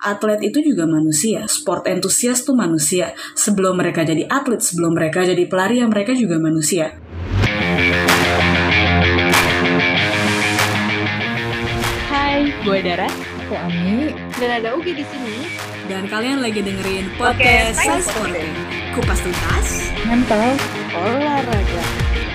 atlet itu juga manusia, sport entusias tuh manusia. Sebelum mereka jadi atlet, sebelum mereka jadi pelari, ya mereka juga manusia. Hai, gue Dara, aku Ami, dan ada Ugi di sini. Dan kalian lagi dengerin podcast Sai Sport. Kupas tuntas, mental, olahraga.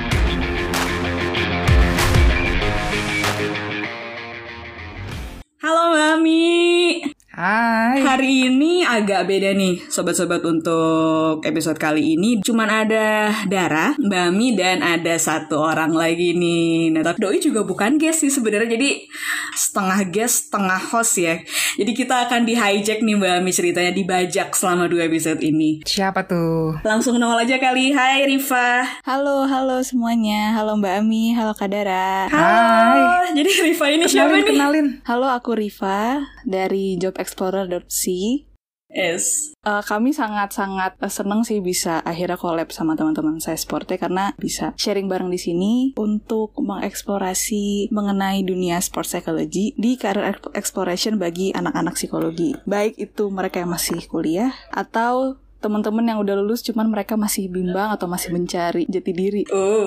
Halo Mami. hai. Hari ini agak beda nih sobat-sobat untuk episode kali ini. Cuman ada Dara, Mbak Ami, dan ada satu orang lagi nih. Nah, tapi Doi juga bukan guest sih sebenarnya. Jadi setengah guest, setengah host ya. Jadi kita akan di-hijack nih Mbak Ami, ceritanya dibajak selama 2 episode ini. Siapa tuh? Langsung nongol aja kali. Hai Rifa. Halo semuanya. Halo Mbak Ami, halo Kak Dara. Halo. Jadi Rifa ini siapa nih? Kenalin. Halo, aku Rifa dari jobexplorer.c. Yes. Kami sangat-sangat seneng sih bisa akhirnya collab sama teman-teman saya Sportnya, karena bisa sharing bareng di sini untuk mengeksplorasi mengenai dunia sport psychology di career exploration bagi anak-anak psikologi. Baik itu mereka yang masih kuliah atau teman-teman yang udah lulus cuman mereka masih bimbang atau masih mencari jati diri.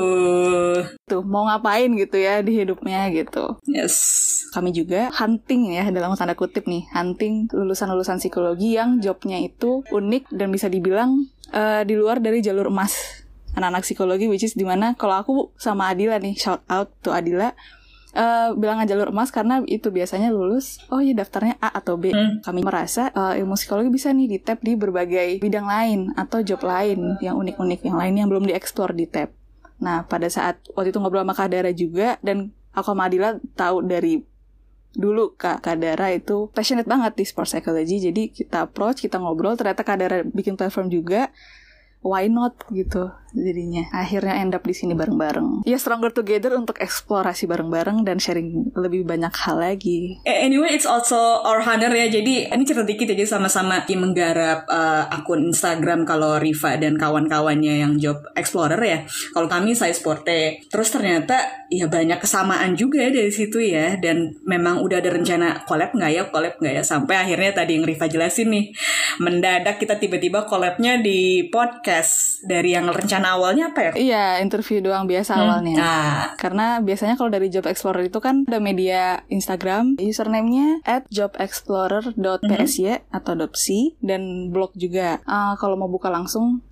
Tuh, mau ngapain gitu ya di hidupnya gitu. Yes. Kami juga hunting ya, dalam tanda kutip nih, hunting lulusan-lulusan psikologi yang jobnya itu unik dan bisa dibilang di luar dari jalur emas anak-anak psikologi, which is dimana kalau aku sama Adila nih, shout out to Adila, bilangan jalur emas karena itu biasanya lulus, oh ya daftarnya A atau B. Kami merasa ilmu psikologi bisa nih di-tap di berbagai bidang lain atau job lain yang unik-unik, yang lain yang belum dieksplor di tap. Nah, pada saat waktu itu ngobrol sama Kak Dara juga, dan aku sama Adila tahu dari dulu Kak Dara itu passionate banget di sport psychology, jadi kita approach, kita ngobrol, ternyata Kak Dara bikin platform juga, why not gitu jadinya. Akhirnya end up di sini bareng-bareng. Ya, stronger together untuk eksplorasi bareng-bareng dan sharing lebih banyak hal lagi. Anyway, it's also our honor ya. Jadi ini cerita dikit aja, sama-sama menggarap akun Instagram kalau Riva dan kawan-kawannya yang job explorer ya. Kalau kami Sai Sporte. Terus ternyata ya banyak kesamaan juga dari situ ya. Dan memang udah ada rencana collab nggak ya. Sampai akhirnya tadi yang Riva jelasin nih, mendadak kita tiba-tiba collabnya di podcast. Dari yang rencana awalnya apa ya? Iya, interview doang biasa awalnya. Karena biasanya kalau dari Job Explorer itu kan ada media Instagram, username-nya @jobexplorer.psy atau .c, dan blog juga. Kalau mau buka langsung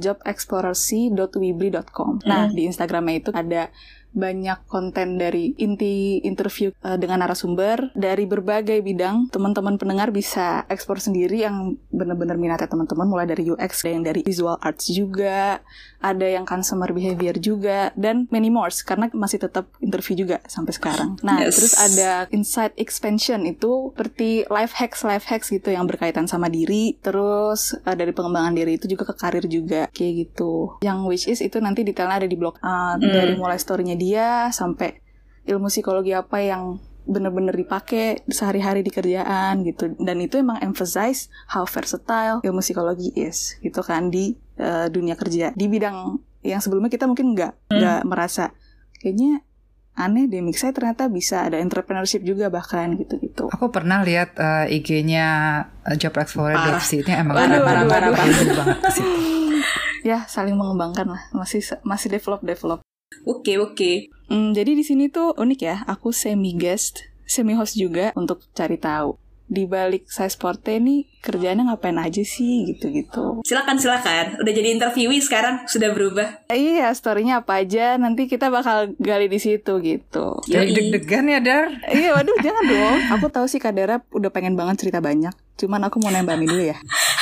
jobexplorerc.weebly.com. Nah, di Instagramnya itu ada banyak konten dari inti interview dengan narasumber dari berbagai bidang. Teman-teman pendengar bisa eksplor sendiri yang benar-benar minatnya teman-teman, mulai dari UX, ada yang dari visual arts juga, ada yang consumer behavior juga, dan many more, karena masih tetap interview juga sampai sekarang. Nah, terus ada insight expansion, itu seperti life hacks gitu yang berkaitan sama diri. Terus dari pengembangan diri itu juga ke karir juga, kayak gitu. Yang which is itu nanti detailnya ada di blog. Dari mulai story-nya dia sampai ilmu psikologi apa yang benar-benar dipakai sehari-hari di kerjaan gitu. Dan itu emang emphasize how versatile ilmu psikologi is gitu kan di dunia kerja, di bidang yang sebelumnya kita mungkin nggak merasa kayaknya aneh deh, saya ternyata bisa ada entrepreneurship juga bahkan gitu-gitu. Aku pernah lihat IG-nya Job Explorer .c, ini emang parah banget sih. Ya, saling mengembangkan lah, masih develop. Oke. Jadi di sini tuh unik ya, aku semi guest, semi host juga untuk cari tahu di balik Sai Sporte nih kerjaannya ngapain aja sih gitu-gitu. Silakan. Udah jadi interviewee sekarang, sudah berubah. Iya, story-nya apa aja nanti kita bakal gali di situ gitu. Jadi deg-degan ya, Dar? Iya, waduh, jangan dong. Aku tahu sih Kak Dara udah pengen banget cerita banyak. Cuman aku mau nanya Mbak Ami dulu ya.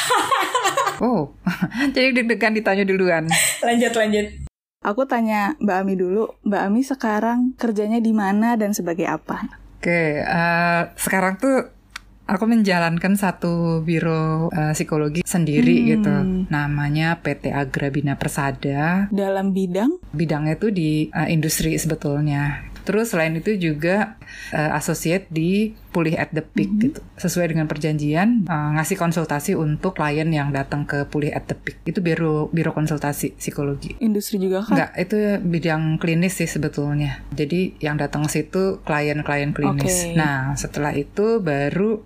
Oh, jadi deg-degan ditanya duluan. Lanjut. Aku tanya Mbak Ami dulu. Mbak Ami sekarang kerjanya di mana dan sebagai apa? Oke, sekarang tuh aku menjalankan satu biro psikologi sendiri gitu. Namanya PT Agrabina Persada. Dalam bidang? Bidangnya tuh di industri sebetulnya. Terus selain itu juga associate di Pulih at the Peak gitu. Sesuai dengan perjanjian ngasih konsultasi untuk klien yang datang ke Pulih at the Peak. Itu biro konsultasi psikologi. Industri juga kan? Enggak, itu bidang klinis sih sebetulnya. Jadi yang datang ke situ klien-klien klinis. Okay. Nah, setelah itu baru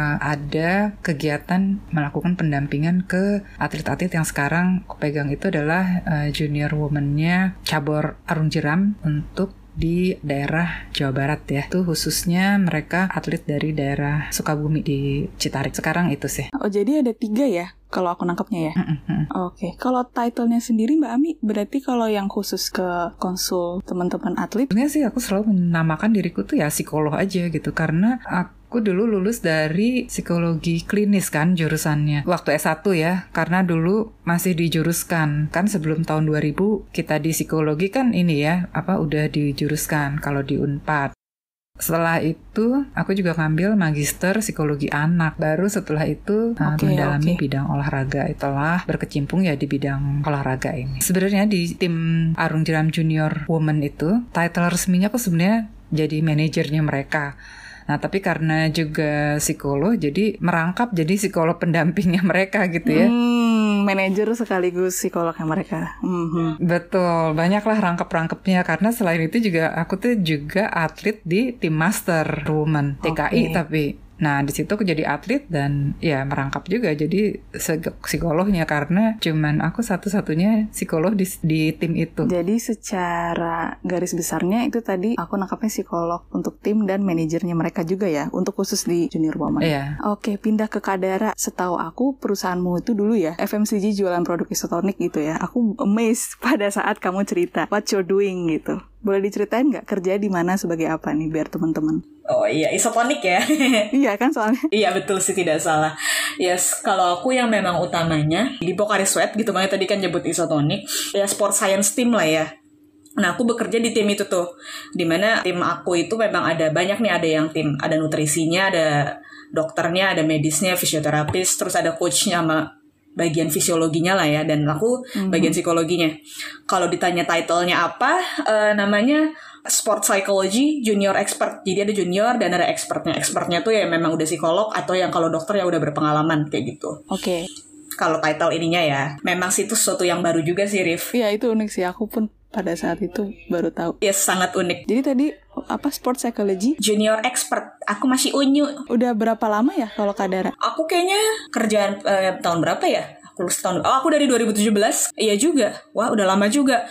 ada kegiatan melakukan pendampingan ke atlet-atlet yang sekarang aku pegang itu adalah junior woman-nya cabur Arung Jeram untuk di daerah Jawa Barat ya. Itu khususnya mereka atlet dari daerah Sukabumi di Citarik. Sekarang itu sih. Oh, jadi ada 3 ya? Kalau aku nangkepnya ya? Oke. Kalau title-nya sendiri Mbak Ami, berarti kalau yang khusus ke konsul teman-teman atlet? Sebenarnya sih aku selalu menamakan diriku tuh ya psikolog aja gitu. Karena aku dulu lulus dari psikologi klinis kan jurusannya. Waktu S1 ya, karena dulu masih dijuruskan. Kan sebelum tahun 2000 kita di psikologi kan ini ya, udah dijuruskan kalau di Unpad. Setelah itu aku juga ngambil magister psikologi anak. Baru setelah itu mendalami bidang olahraga. Itulah berkecimpung ya di bidang olahraga ini. Sebenarnya di tim Arung Jeram Junior Woman itu title resminya aku sebenarnya jadi manajernya mereka. Nah, tapi karena juga psikolog, jadi merangkap jadi psikolog pendampingnya mereka gitu ya. Manajer sekaligus psikolognya mereka. Betul, banyaklah rangkap-rangkapnya. Karena selain itu juga aku tuh juga atlet di tim Master Woman TKI tapi. Nah, di situ aku jadi atlet dan ya merangkap juga jadi psikolognya karena cuman aku satu-satunya psikolog di tim itu. Jadi secara garis besarnya itu tadi aku nangkapnya psikolog untuk tim dan manajernya mereka juga ya, untuk khusus di Junior Woman. Iya. Oke, pindah ke Kadara. Setahu aku perusahaanmu itu dulu ya FMCG jualan produk isotonik gitu ya. Aku amazed pada saat kamu cerita what you're doing gitu. Boleh diceritain nggak kerja di mana sebagai apa nih biar teman-teman? Oh iya, isotonik ya. Iya kan soalnya. Iya betul sih, tidak salah. Yes, kalau aku yang memang utamanya di Pocari Sweat gitu, makanya tadi kan nyebut isotonik. Ya sport science team lah ya. Nah aku bekerja di tim itu tuh, dimana tim aku itu memang ada banyak nih, ada yang tim, ada nutrisinya, ada dokternya, ada medisnya, fisioterapis, terus ada coachnya sama bagian fisiologinya lah ya, dan aku bagian psikologinya. Kalau ditanya title-nya apa, namanya Sport Psychology Junior Expert. Jadi ada junior dan ada expertnya. Expertnya tuh ya memang udah psikolog, atau yang kalau dokter ya udah berpengalaman kayak gitu. Oke. Kalau title ininya ya, memang sih itu sesuatu yang baru juga sih, Rif. Iya itu unik sih, aku pun pada saat itu baru tahu. Yes, sangat unik. Jadi tadi apa Sport Psychology? Junior Expert. Aku masih unyu. Udah berapa lama ya kalau Kadara? Aku kayaknya kerjaan tahun berapa ya? Aku dari 2017. Iya juga. Wah, udah lama juga.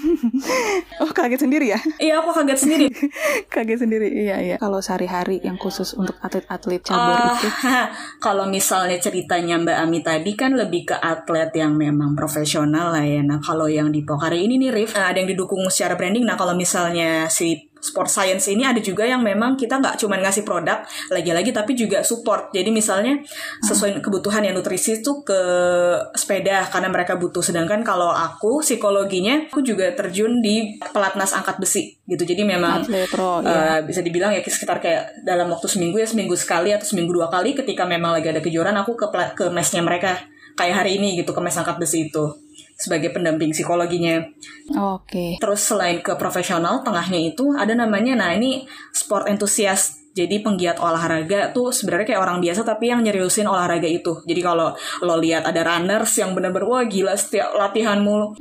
Oh, kaget sendiri ya? Iya, aku kaget sendiri. Kaget sendiri, iya. Kalau sehari-hari yang khusus untuk atlet-atlet cabur itu? Kalau misalnya ceritanya Mbak Ami tadi kan lebih ke atlet yang memang profesional lah ya. Nah, kalau yang di Pocari ini nih, Rif, ada yang didukung secara branding. Nah, kalau misalnya si Sport Science ini ada juga yang memang kita nggak cuma ngasih produk lagi-lagi, tapi juga support. Jadi misalnya sesuai kebutuhan ya, nutrisi tuh ke sepeda karena mereka butuh. Sedangkan kalau aku psikologinya, aku juga terjun di pelatnas angkat besi gitu. Jadi memang bisa dibilang ya sekitar kayak dalam waktu seminggu sekali atau seminggu 2 kali, ketika memang lagi ada kejuaraan aku ke mesnya mereka. Kayak hari ini gitu, ke mes angkat besi itu sebagai pendamping psikologinya. Oke. Terus selain ke profesional, tengahnya itu ada namanya, nah ini sport enthusiast. Jadi penggiat olahraga tuh sebenarnya kayak orang biasa tapi yang nyeriusin olahraga itu. Jadi kalau lo lihat ada runners yang benar-benar wah gila setiap latihan mulu.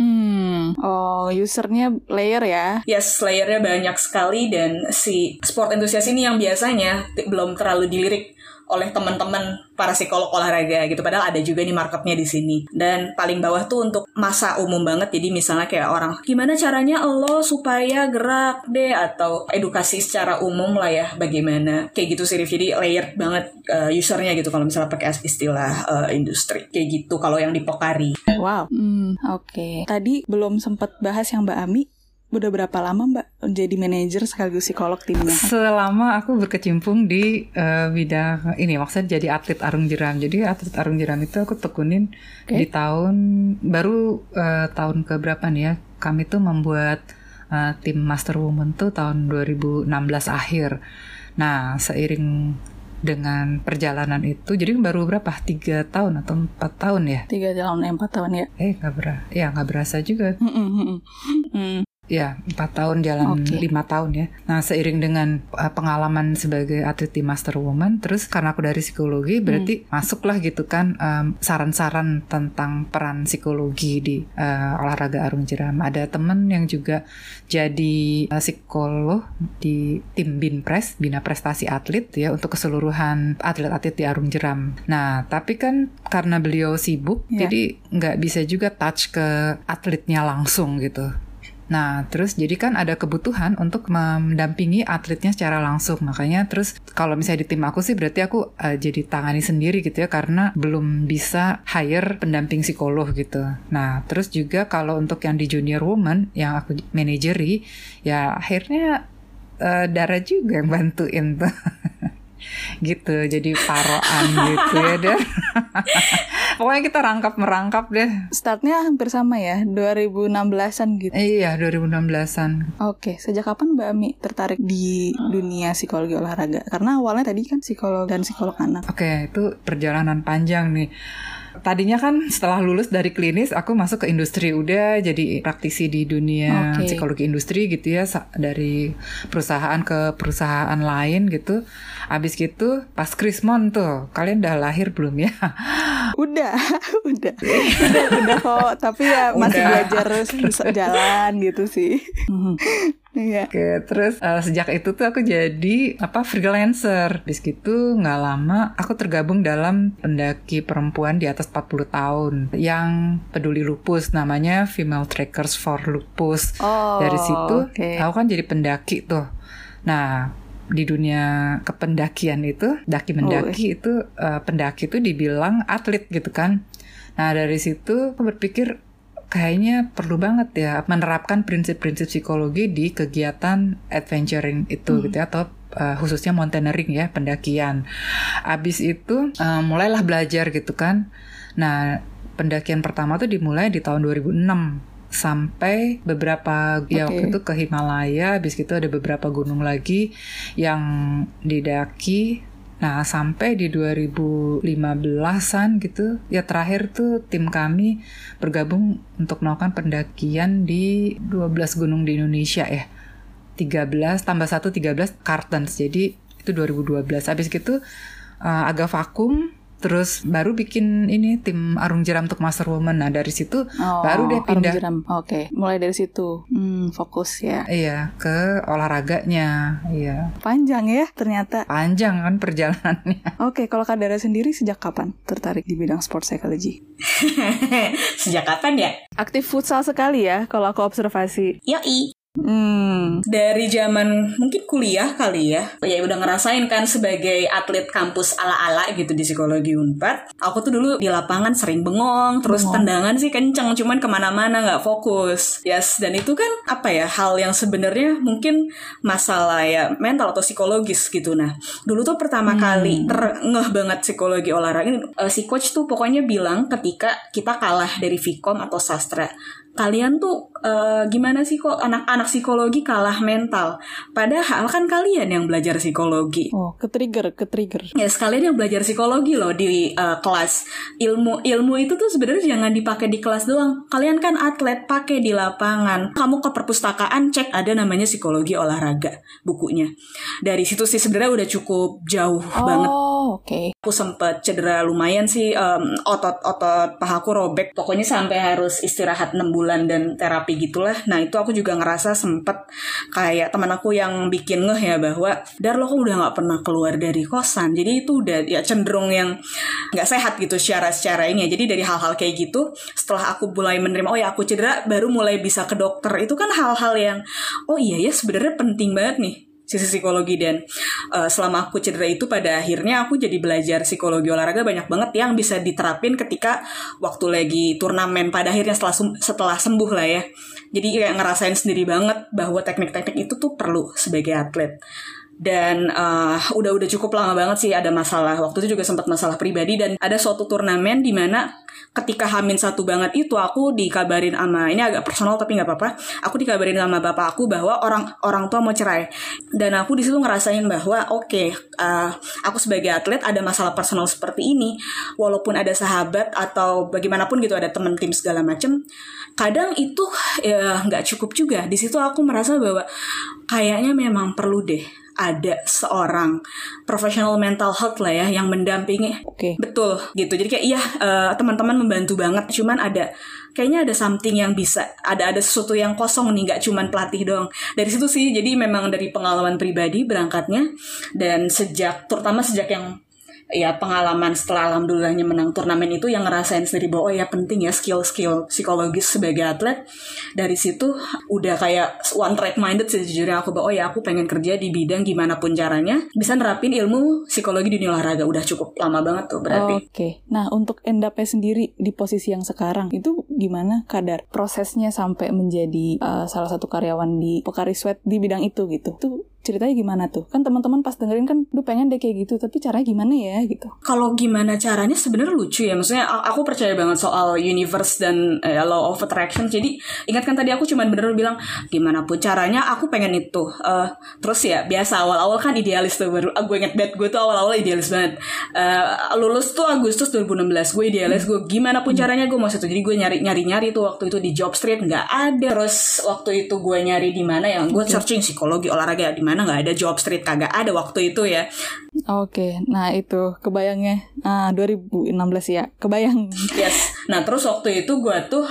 Oh, usernya layer ya? Yes, layernya banyak sekali, dan si sport enthusiast ini yang biasanya belum terlalu dilirik oleh teman-teman para psikolog olahraga gitu. Padahal ada juga nih marketnya di sini. Dan paling bawah tuh untuk masa umum banget. Jadi misalnya kayak orang, gimana caranya lo supaya gerak deh, atau edukasi secara umum lah ya, bagaimana kayak gitu sih. Jadi layer banget usernya gitu kalau misalnya pakai istilah industri kayak gitu kalau yang di Pocari. Wow. Oke. Tadi belum sempat bahas yang Mbak Ami. Udah berapa lama Mbak jadi manajer sekaligus psikolog timnya? Selama aku berkecimpung di bidang ini, maksudnya jadi atlet Arung Jeram. Jadi atlet Arung Jeram itu aku tekunin di tahun tahun keberapa nih ya? Kami tuh membuat tim Master Woman tuh tahun 2016 akhir. Nah, seiring dengan perjalanan itu, jadi baru berapa? 3 tahun atau 4 tahun ya? 3 tahun, 4 tahun ya? Nggak berasa juga. Ya, 4 tahun jalan 5 tahun ya. Nah, seiring dengan pengalaman sebagai atlet di Master Woman, terus karena aku dari psikologi, berarti masuklah gitu kan saran-saran tentang peran psikologi di olahraga arung jeram. Ada temen yang juga jadi psikolog di tim BINPRES, Bina Prestasi Atlet ya, untuk keseluruhan atlet-atlet di arung jeram. Nah, tapi kan karena beliau sibuk, jadi nggak bisa juga touch ke atletnya langsung gitu. Nah, terus jadi kan ada kebutuhan untuk mendampingi atletnya secara langsung. Makanya terus kalau misalnya di tim aku sih berarti aku jadi tangani sendiri gitu ya, karena belum bisa hire pendamping psikolog gitu. Nah, terus juga kalau untuk yang di Junior Woman yang aku manajeri, ya akhirnya Dara juga yang bantuin tuh. Gitu, jadi paroan gitu ya deh. Pokoknya kita rangkap-merangkap deh. Startnya hampir sama ya, 2016-an gitu. Iya, 2016-an. Oke, sejak kapan Mbak Ami tertarik di dunia psikologi olahraga? Karena awalnya tadi kan psikolog dan psikolog anak. Oke, itu perjalanan panjang nih. Tadinya kan setelah lulus dari klinis aku masuk ke industri, udah jadi praktisi di dunia psikologi industri gitu ya, dari perusahaan ke perusahaan lain gitu. Abis gitu pas Krismon tuh, kalian udah lahir belum ya? Udah kok, tapi ya masih belajar jalan gitu sih. Iya. Oke, terus sejak itu tuh aku jadi freelancer. Habis gitu nggak lama aku tergabung dalam pendaki perempuan di atas 40 tahun yang peduli lupus, namanya Female Trackers for Lupus. Dari situ aku kan jadi pendaki tuh. Nah, di dunia kependakian itu, daki-mendaki itu pendaki itu dibilang atlet gitu kan. Nah, dari situ aku berpikir kayaknya perlu banget ya menerapkan prinsip-prinsip psikologi di kegiatan adventuring itu gitu ya, atau khususnya mountaineering ya, pendakian. Abis itu mulailah belajar gitu kan. Nah, pendakian pertama tuh dimulai di tahun 2006 sampai beberapa waktu itu ke Himalaya. Abis itu ada beberapa gunung lagi yang didaki. Nah, sampai di 2015-an gitu, ya terakhir tuh tim kami bergabung untuk melakukan pendakian di 12 gunung di Indonesia ya. 13 tambah 1 13 Kartens. Jadi itu 2012. Habis gitu agak vakum. Terus baru bikin ini tim arung jeram untuk Master Woman. Nah, dari situ baru dia pindah. Arung jeram. Mulai dari situ fokus ya. Iya, ke olahraganya. Iya. Panjang ya ternyata. Panjang kan perjalanannya. Oke, kalau Kak Dara sendiri sejak kapan tertarik di bidang sport psychology? Sejak kapan ya? Aktif futsal sekali ya kalau aku observasi. Yoi. Dari zaman mungkin kuliah kali ya udah ngerasain kan sebagai atlet kampus ala-ala gitu di psikologi Unpad. Aku tuh dulu di lapangan sering bengong, terus tendangan sih kenceng, cuman kemana-mana nggak fokus. Dan itu kan hal yang sebenarnya mungkin masalah ya mental atau psikologis gitu. Nah, dulu tuh pertama kali terngeh banget psikologi olahraga. Si coach tuh pokoknya bilang ketika kita kalah dari Vkom atau sastra, kalian tuh gimana sih kok anak-anak psikologi kalah mental? Padahal kan kalian yang belajar psikologi. Ke-trigger. Ya, sekalian yang belajar psikologi loh di kelas. Ilmu itu tuh sebenarnya jangan dipakai di kelas doang. Kalian kan atlet, pakai di lapangan. Kamu ke perpustakaan, cek ada namanya psikologi olahraga bukunya. Dari situ sih sebenarnya udah cukup jauh banget. Aku sempet cedera lumayan sih, otot pahaku robek. Pokoknya sampai harus istirahat 6 bulan dan terapi gitulah. Nah, itu aku juga ngerasa sempet kayak teman aku yang bikin ngeh ya bahwa Dar, lo kok udah gak pernah keluar dari kosan. Jadi itu udah ya cenderung yang gak sehat gitu secara ini ya. Jadi dari hal-hal kayak gitu, setelah aku mulai menerima aku cedera, baru mulai bisa ke dokter. Itu kan hal-hal yang iya ya sebenarnya penting banget nih sisi psikologi. Dan selama aku cedera itu pada akhirnya aku jadi belajar psikologi olahraga banyak banget yang bisa diterapin ketika waktu lagi turnamen pada akhirnya setelah sembuh lah ya. Jadi kayak ngerasain sendiri banget bahwa teknik-teknik itu tuh perlu sebagai atlet. Dan udah cukup lama banget sih ada masalah. Waktu itu juga sempat masalah pribadi, dan ada suatu turnamen di mana ketika H-1 banget itu aku dikabarin sama, ini agak personal tapi nggak apa-apa, aku dikabarin sama bapak aku bahwa orang tua mau cerai. Dan aku di situ ngerasain bahwa oke, aku sebagai atlet ada masalah personal seperti ini, walaupun ada sahabat atau bagaimanapun gitu, ada teman tim segala macem, kadang itu ya nggak cukup juga. Di situ aku merasa bahwa kayaknya memang perlu deh ada seorang professional mental health lah ya yang mendampingi. Betul gitu. Jadi kayak teman-teman membantu banget, cuman kayaknya ada something yang bisa, ada sesuatu yang kosong nih, nggak cuman pelatih doang. Dari situ sih, jadi memang dari pengalaman pribadi berangkatnya, dan terutama sejak yang ya pengalaman setelah alhamdulillahnya menang turnamen itu, yang ngerasain sendiri bahwa penting ya skill psikologis sebagai atlet. Dari situ udah kayak one track minded sejujurnya aku, bahwa aku pengen kerja di bidang gimana pun caranya bisa nerapin ilmu psikologi di dunia olahraga. Udah cukup lama banget tuh berarti. Nah, untuk end up-nya sendiri di posisi yang sekarang itu gimana, Kadar? Prosesnya sampai menjadi salah satu karyawan di Pocari Sweat di bidang itu gitu. Tuh ceritanya gimana tuh? Kan teman-teman pas dengerin kan, pengen deh kayak gitu, tapi caranya gimana ya gitu? Kalau gimana caranya sebenarnya lucu ya. Maksudnya aku percaya banget soal universe dan law of attraction. Jadi ingat kan tadi aku cuma bener bilang gimana pun caranya aku pengen itu. Terus ya biasa awal-awal kan idealis tuh, baru gue inget banget gue tuh awal-awal idealis banget. Lulus tuh Agustus 2016, gue idealis, gue gimana pun caranya gue mau situ. Jadi gue nyari tuh waktu itu di job street nggak ada. Terus waktu itu gue nyari di mana ya, gue searching psikologi olahraga di mana, nggak ada job street, kagak ada waktu itu ya. Nah itu kebayangnya 2016 ya, kebayang. Yes. Nah terus waktu itu gue tuh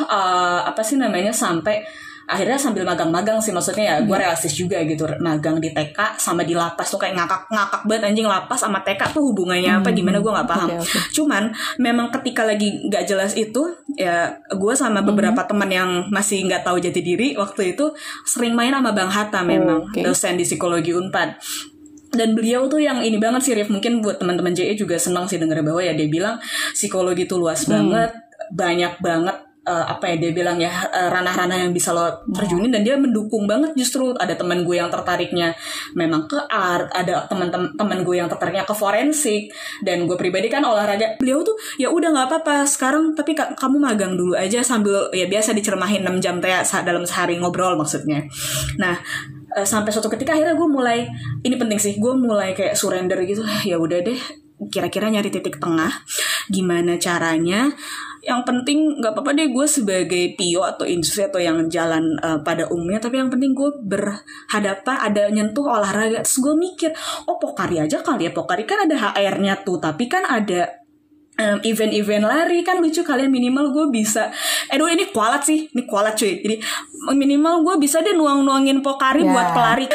sampai akhirnya sambil magang-magang sih, maksudnya ya gue realistis juga gitu, magang di TK sama di lapas tuh kayak ngakak banget anjing. Lapas sama TK tuh hubungannya apa gimana gue nggak paham. Cuman memang ketika lagi nggak jelas itu ya, gue sama beberapa teman yang masih nggak tahu jati diri waktu itu sering main sama Bang Hatta, memang dosen di psikologi Unpad. Dan beliau tuh yang ini banget sih, Rif, mungkin buat teman-teman JE juga senang sih denger bahwa ya dia bilang psikologi itu luas banget, banyak banget dia bilang ya ranah-ranah yang bisa lo terjunin, dan dia mendukung banget. Justru ada teman gue yang tertariknya memang ke art, ada teman gue yang tertariknya ke forensik, dan gue pribadi kan olahraga. Beliau tuh ya udah nggak apa-apa sekarang, tapi kamu magang dulu aja sambil ya biasa diceramahin 6 jam dalam sehari ngobrol maksudnya. Nah sampai suatu ketika akhirnya gue mulai, ini penting sih, gue mulai kayak surrender gitu. Ya udah deh, kira-kira nyari titik tengah gimana caranya. Yang penting gak apa-apa deh gue sebagai PO atau industri atau yang jalan pada umumnya, tapi yang penting gue berhadapan ada nyentuh olahraga. Terus gue mikir, Pocari aja kali ya, Pocari kan ada HR-nya tuh, tapi kan ada event-event lari, kan lucu kalian, minimal gue bisa ini kualat cuy. Jadi minimal gue bisa deh nuangin Pocari buat pelari.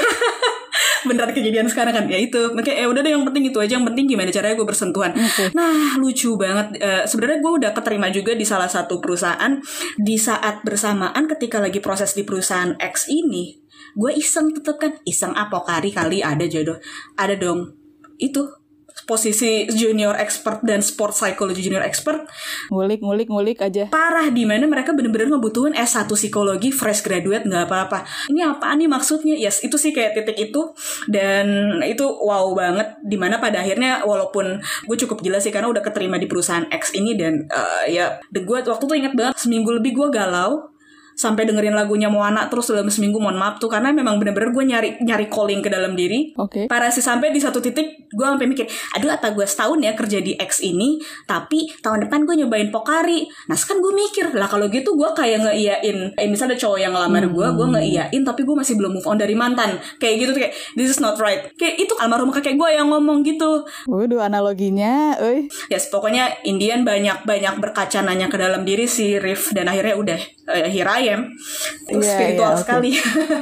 Beneran kejadian sekarang kan ya itu. Makanya udah deh, yang penting itu aja, yang penting gimana caranya gue bersentuhan. Nah lucu banget, sebenarnya gue udah keterima juga di salah satu perusahaan. Di saat bersamaan ketika lagi proses di perusahaan X ini, gue iseng Pocari kali ada jodoh, ada dong itu posisi junior expert dan sport psychology junior expert. Ngulik aja. Parah, di mana mereka bener-bener ngebutuhin S1 psikologi fresh graduate, nggak apa-apa. Ini apaan nih maksudnya? Yes, itu sih kayak titik itu. Dan itu wow banget. Dimana pada akhirnya walaupun gue cukup gila sih karena udah keterima di perusahaan X ini, dan gue waktu tuh inget banget seminggu lebih gue galau. Sampai dengerin lagunya Moana terus dalam seminggu, mohon maaf tuh, karena memang bener-bener gue nyari calling ke dalam diri. Parah sih, sampai di satu titik gue sampai mikir, aduh apa gue setahun ya kerja di X ini, tapi tahun depan gue nyobain Pocari. Nah kan gue mikir lah, kalau gitu gue kayak ngeiyain, misalnya ada cowok yang ngelamar gue ngeiyain tapi gue masih belum move on dari mantan, kayak gitu tuh, kayak this is not right. Kayak itu almarhum kakek gue yang ngomong gitu. Waduh, analoginya Yes, pokoknya Indian banyak berkaca nanya ke dalam diri si Rif, dan akhirnya udah Hiraya spiritual sekali.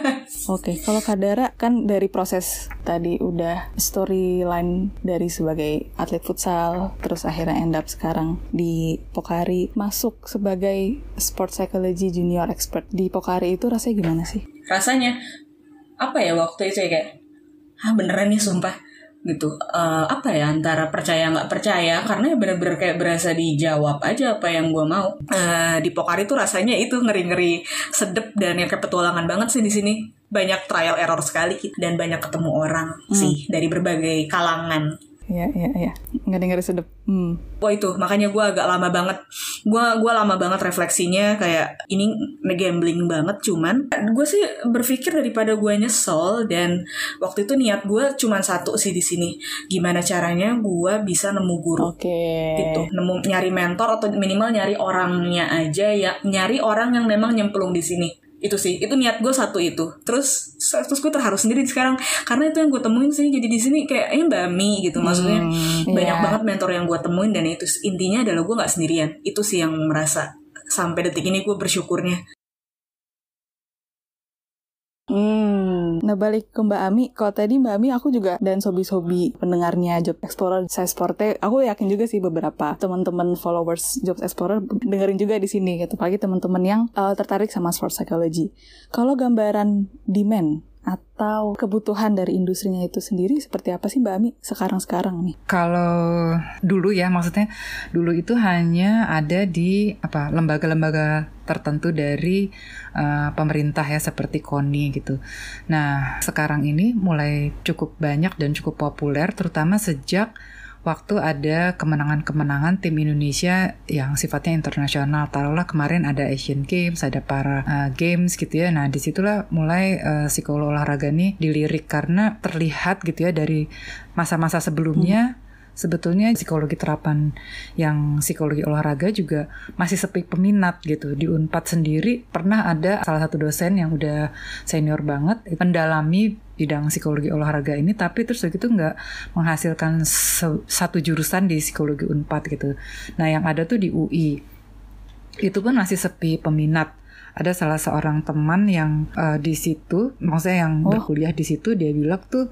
Kalau Kadara kan dari proses tadi udah storyline dari sebagai atlet futsal, terus akhirnya end up sekarang di Pocari, masuk sebagai sport psychology junior expert di Pocari. Itu rasanya gimana sih? Rasanya apa ya waktu itu ya, kayak beneran nih sumpah gitu, antara percaya nggak percaya, karena bener-bener kayak berasa dijawab aja apa yang gue mau. Di Pocari tuh rasanya itu ngeri-ngeri sedep, dan yang kayak petualangan banget sih di sini. banyak trial error sekali dan banyak ketemu orang sih dari berbagai kalangan. Iya. Ngeri sedep. Wah itu, makanya gue agak lama banget. Gue lama banget refleksinya kayak ini gambling banget. Cuman gue sih berpikir daripada gue nyesel, dan waktu itu niat gue cuman satu sih di sini. Gimana caranya gue bisa nemu guru? Gitu, nyari mentor atau minimal nyari orangnya aja ya, nyari orang yang memang nyemplung di sini. Itu sih, itu niat gue satu itu. Terus gue terharu sendiri sekarang karena itu yang gue temuin sih. Jadi di sini kayaknya Mbak Mi gitu, maksudnya banyak banget mentor yang gue temuin, dan itu intinya adalah gue nggak sendirian. Itu sih yang merasa sampai detik ini gue bersyukurnya. Nah balik ke Mbak Ami, kalau tadi Mbak Ami aku juga dan sobi-sobi pendengarnya Job Explorer saya Sporte, aku yakin juga sih beberapa teman-teman followers Job Explorer dengerin juga di sini gitu, apalagi teman-teman yang tertarik sama sport psychology. Kalau gambaran demand atau kebutuhan dari industrinya itu sendiri seperti apa sih Mbak Ami sekarang nih? Kalau dulu ya, maksudnya dulu itu hanya ada di lembaga-lembaga tertentu dari pemerintah ya, seperti KONI gitu. Nah sekarang ini mulai cukup banyak dan cukup populer, terutama sejak waktu ada kemenangan-kemenangan tim Indonesia yang sifatnya internasional. Taruhlah kemarin ada Asian Games, ada para games gitu ya. Nah disitulah mulai psikolog olahraga nih dilirik, karena terlihat gitu ya dari masa-masa sebelumnya sebetulnya psikologi terapan yang psikologi olahraga juga masih sepi peminat gitu. Di Unpad sendiri pernah ada salah satu dosen yang udah senior banget mendalami bidang psikologi olahraga ini, tapi terus begitu nggak menghasilkan satu jurusan di psikologi Unpad gitu. Nah yang ada tuh di UI itu pun masih sepi peminat. Ada salah seorang teman yang di situ, maksudnya yang berkuliah di situ, dia bilang tuh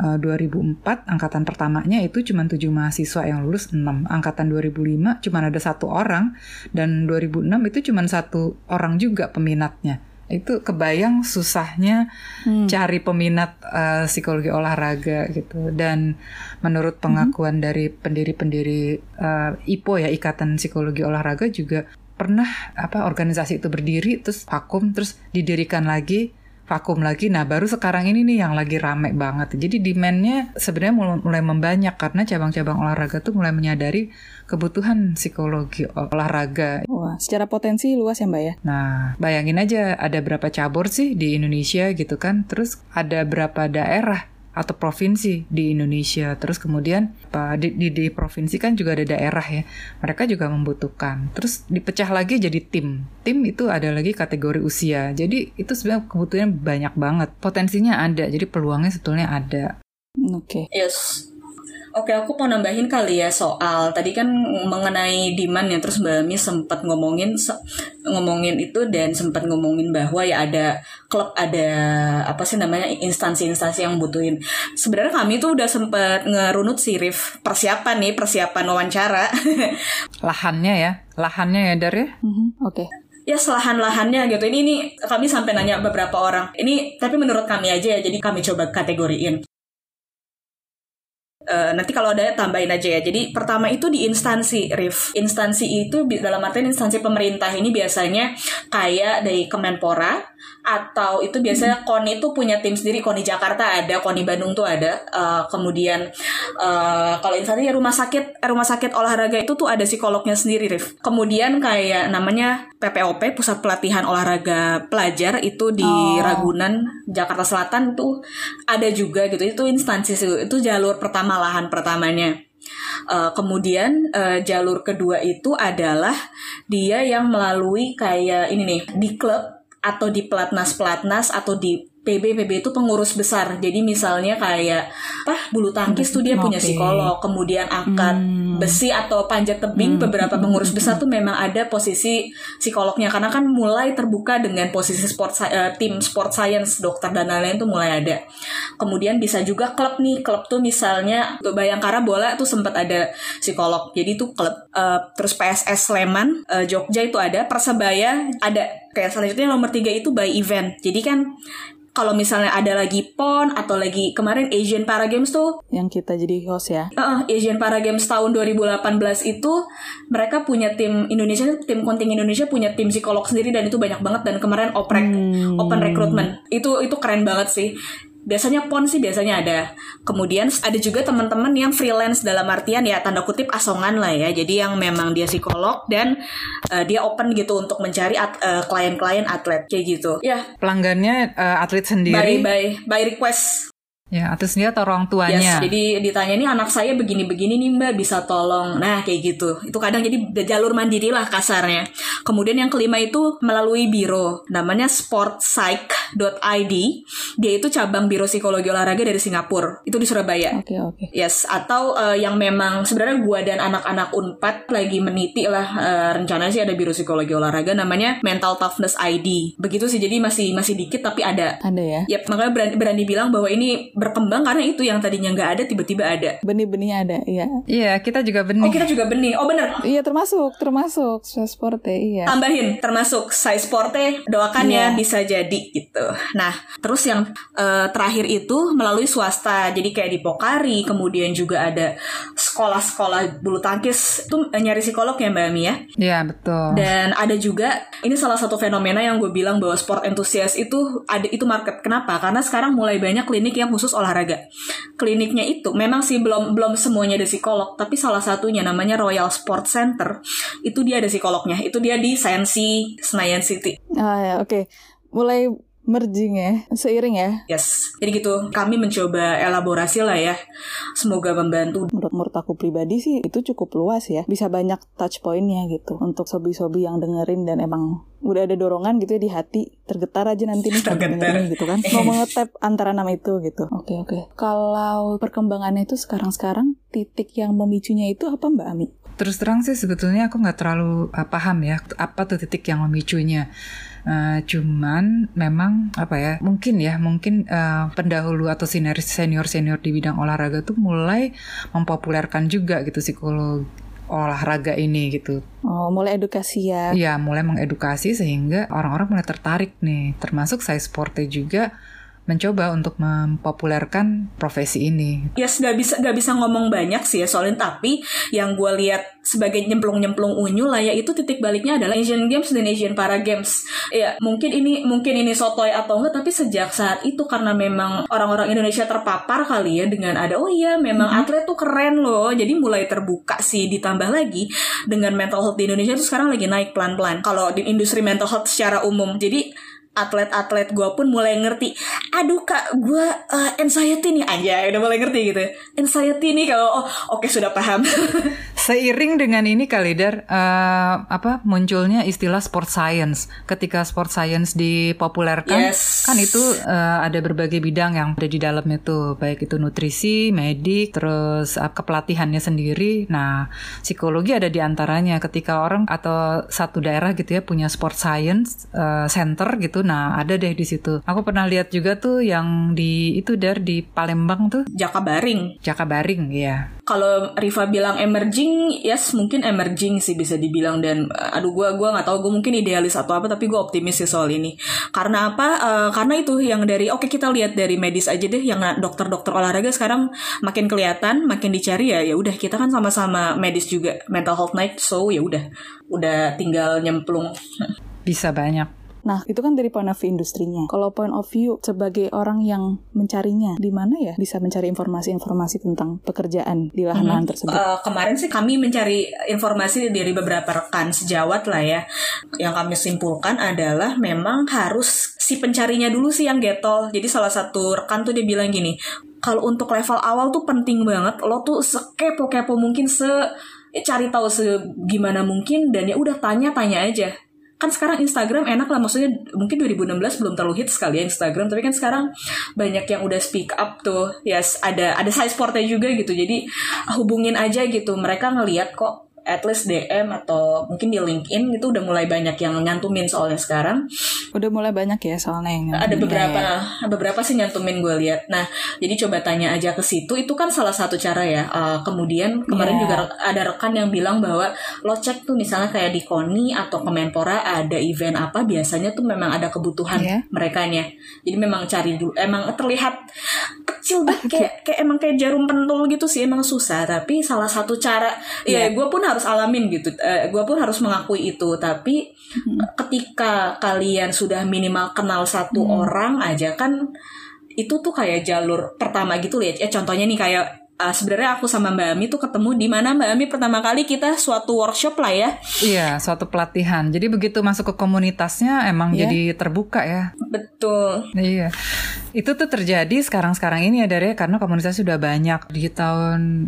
2004 angkatan pertamanya itu cuma 7 mahasiswa yang lulus 6. Angkatan 2005 cuma ada 1 orang, dan 2006 itu cuma 1 orang juga peminatnya. Itu kebayang susahnya cari peminat psikologi olahraga gitu. Dan menurut pengakuan dari pendiri-pendiri IPO ya, Ikatan Psikologi Olahraga, juga pernah organisasi itu berdiri terus vakum, terus didirikan lagi, vakum lagi. Nah baru sekarang ini nih yang lagi rame banget. Jadi demand-nya sebenarnya mulai membanyak karena cabang-cabang olahraga tuh mulai menyadari kebutuhan psikologi olahraga. Wah, secara potensi luas ya Mbak ya? Nah bayangin aja ada berapa cabur sih di Indonesia gitu kan. Terus ada berapa daerah atau provinsi di Indonesia. Terus kemudian di provinsi kan juga ada daerah ya. Mereka juga membutuhkan. Terus dipecah lagi jadi tim. Tim itu ada lagi kategori usia. Jadi itu sebenarnya kebutuhannya banyak banget. Potensinya ada. Jadi peluangnya sebetulnya ada. Oke. Yes. Oke, aku mau nambahin kali ya soal tadi kan mengenai demand ya, terus Mbak Mi sempat ngomongin itu, dan sempat ngomongin bahwa ya ada klub, ada apa sih namanya, instansi-instansi yang butuhin. Sebenarnya kami tuh udah sempat ngerunut sih Rif, persiapan wawancara. Lahannya ya Dar ya. Oke. Ya selahan-lahannya gitu. Ini kami sampai nanya beberapa orang. Ini tapi menurut kami aja ya, jadi kami coba kategoriin. Nanti kalau ada tambahin aja ya. Jadi pertama itu di instansi, Rif. Instansi itu dalam artian instansi pemerintah ini biasanya kayak dari Kemenpora, atau itu biasanya KONI itu punya tim sendiri. KONI Jakarta ada, KONI Bandung tuh ada. Kemudian kalau instansi rumah sakit olahraga itu tuh ada psikolognya sendiri, Rif. Kemudian kayak namanya PPOP, Pusat Pelatihan Olahraga Pelajar, itu di Ragunan, Jakarta Selatan tuh ada juga gitu. Itu instansi itu jalur pertama, lahan pertamanya. Kemudian jalur kedua itu adalah dia yang melalui kayak ini nih, di klub atau di pelatnas atau di PB itu pengurus besar. Jadi misalnya kayak bulu tangkis tuh dia punya psikolog, kemudian angkat besi atau panjat tebing, beberapa pengurus besar tuh memang ada posisi psikolognya, karena kan mulai terbuka dengan posisi tim sport science, dokter dan lain-lain tuh mulai ada. Kemudian bisa juga klub nih, klub tuh misalnya untuk Bayangkara bola tuh sempat ada psikolog, jadi tuh klub. Terus PSS Sleman, Jogja itu ada, Persebaya ada. Kayak selanjutnya nomor 3 itu by event. Jadi kan kalau misalnya ada lagi PON atau lagi kemarin Asian Para Games tuh yang kita jadi host ya. Asian Para Games tahun 2018 itu mereka punya tim Indonesia, tim kontingen Indonesia punya tim psikolog sendiri dan itu banyak banget. Dan kemarin open recruitment itu keren banget sih. Biasanya PON sih biasanya ada. Kemudian ada juga teman-teman yang freelance dalam artian ya tanda kutip asongan lah ya. Jadi yang memang dia psikolog dan dia open gitu untuk mencari klien-klien atlet kayak gitu. Ya. Pelanggannya atlet sendiri. By request. Ya, atau sendiri atau orang tuanya. Yes, jadi ditanya nih anak saya begini-begini nih Mbak, bisa tolong. Nah, kayak gitu. Itu kadang jadi jalur mandiri lah kasarnya. Kemudian yang kelima itu melalui biro. Namanya sportpsych.id. Dia itu cabang biro psikologi olahraga dari Singapura. Itu di Surabaya. Oke. Yes, atau yang memang sebenarnya gua dan anak-anak Unpad lagi meniti lah rencana sih ada biro psikologi olahraga namanya Mental Toughness ID. Begitu sih, jadi masih dikit tapi ada. Ada ya? Yep, makanya berani bilang bahwa ini berkembang karena itu yang tadinya nggak ada tiba-tiba ada. Benih-benihnya ada, iya. Iya, kita juga benih. Oh, kita juga benih. Oh, bener. Iya, termasuk Sai Sporte, iya. Tambahin, termasuk Sai Sporte, doakan ya bisa jadi gitu. Nah, terus yang terakhir itu melalui swasta. Jadi kayak di Pokari, kemudian juga ada sekolah-sekolah bulu tangkis itu nyari psikolog ya Mbak Ami ya? Iya, betul. Dan ada juga, ini salah satu fenomena yang gue bilang bahwa sport enthusiast itu market. Kenapa? Karena sekarang mulai banyak klinik yang khusus olahraga. Kliniknya itu memang sih belum semuanya ada psikolog, tapi salah satunya namanya Royal Sport Center. Itu dia ada psikolognya. Itu dia di Sensi Senayan City. Ya, oke. Mulai merging ya, seiring ya. Yes, jadi gitu. Kami mencoba elaborasi lah ya. Semoga membantu. Menurut aku pribadi sih itu cukup luas ya. Bisa banyak touch point-nya gitu untuk sobi-sobi yang dengerin dan emang udah ada dorongan gitu ya di hati. Tergetar aja nanti nih dengerin gitu kan. Mau nge-tap antara nama itu gitu. Oke. Kalau perkembangannya itu sekarang titik yang memicunya itu apa Mbak Ami? Terus terang sih sebetulnya aku nggak terlalu paham ya apa tuh titik yang memicunya. Cuman memang mungkin pendahulu atau senior di bidang olahraga tuh mulai mempopulerkan juga gitu psikologi olahraga ini gitu. Oh, mulai edukasi ya? Iya, mulai mengedukasi sehingga orang-orang mulai tertarik nih. Termasuk Sai Sporte juga mencoba untuk mempopulerkan profesi ini. Yes, gak bisa ngomong banyak sih ya soalnya, tapi yang gue lihat sebagai nyemplung unyu lah ya, itu titik baliknya adalah Asian Games dan Asian Para Games. Ya mungkin ini sotoy atau enggak, tapi sejak saat itu karena memang orang-orang Indonesia terpapar kali ya dengan ada memang atlet tuh keren loh, jadi mulai terbuka sih. Ditambah lagi dengan mental health di Indonesia tuh sekarang lagi naik pelan-pelan kalau di industri mental health secara umum. Jadi atlet-atlet gue pun mulai ngerti, aduh kak gue anxiety nih aja, udah mulai ngerti gitu, anxiety nih kalau oke, sudah paham. Seiring dengan ini kali Dar, munculnya istilah sport science. Ketika sport science dipopulerkan, kan itu ada berbagai bidang yang ada di dalam itu, baik itu nutrisi, medik, terus kepelatihannya sendiri. Nah, psikologi ada di antaranya. Ketika orang atau satu daerah gitu ya punya sport science center gitu, nah ada deh di situ. Aku pernah lihat juga tuh yang di Palembang tuh. Jakabaring, ya. Kalau Riva bilang emerging, yes mungkin emerging sih bisa dibilang. Dan gue nggak tahu, gue mungkin idealis atau apa, tapi gue optimis sih soal ini. Karena apa? Karena itu yang dari kita lihat dari medis aja deh, yang dokter-dokter olahraga sekarang makin kelihatan, makin dicari ya udah, kita kan sama-sama medis juga, mental health naik, so ya udah tinggal nyemplung. Bisa banyak. Nah, itu kan dari point of view industrinya. Kalau point of view sebagai orang yang mencarinya, di mana ya bisa mencari informasi-informasi tentang pekerjaan di lahan-lahan tersebut? Kemarin sih kami mencari informasi dari beberapa rekan sejawat lah ya. Yang kami simpulkan adalah memang harus si pencarinya dulu sih yang getol. Jadi salah satu rekan tuh dia bilang gini, kalau untuk level awal tuh penting banget, lo tuh sekepo-kepo mungkin, cari tahu segimana mungkin, dan ya udah tanya-tanya aja. Kan sekarang Instagram enak lah, maksudnya mungkin 2016 belum terlalu hits sekali ya Instagram, tapi kan sekarang banyak yang udah speak up tuh. Yes, ada Sai Sporte juga gitu. Jadi hubungin aja gitu. Mereka ngelihat kok at least DM atau mungkin di LinkedIn itu udah mulai banyak yang nyantumin soalnya sekarang. Udah mulai banyak ya soalnya yang ada beberapa sih nyantumin gue lihat. Nah, jadi coba tanya aja ke situ. Itu kan salah satu cara ya. Kemudian kemarin juga ada rekan yang bilang bahwa lo cek tuh misalnya kayak di KONI atau Kemenpora ada event apa, biasanya tuh memang ada kebutuhan merekanya. Jadi memang cari dulu. Emang terlihat kecil banget, kayak emang kayak jarum pentul gitu sih, emang susah. Tapi salah satu cara, ya gue pun harus alamin gitu. Gue pun harus mengakui itu. Tapi ketika kalian sudah minimal kenal satu orang aja kan, itu tuh kayak jalur pertama gitu ya. Contohnya nih kayak sebenarnya aku sama Mbak Ami tuh ketemu di mana Mbak Ami pertama kali kita suatu workshop lah ya. Iya, suatu pelatihan. Jadi begitu masuk ke komunitasnya emang jadi terbuka ya. Betul. Iya. Itu tuh terjadi sekarang-sekarang ini ya Dari, karena komunitas sudah banyak. Di tahun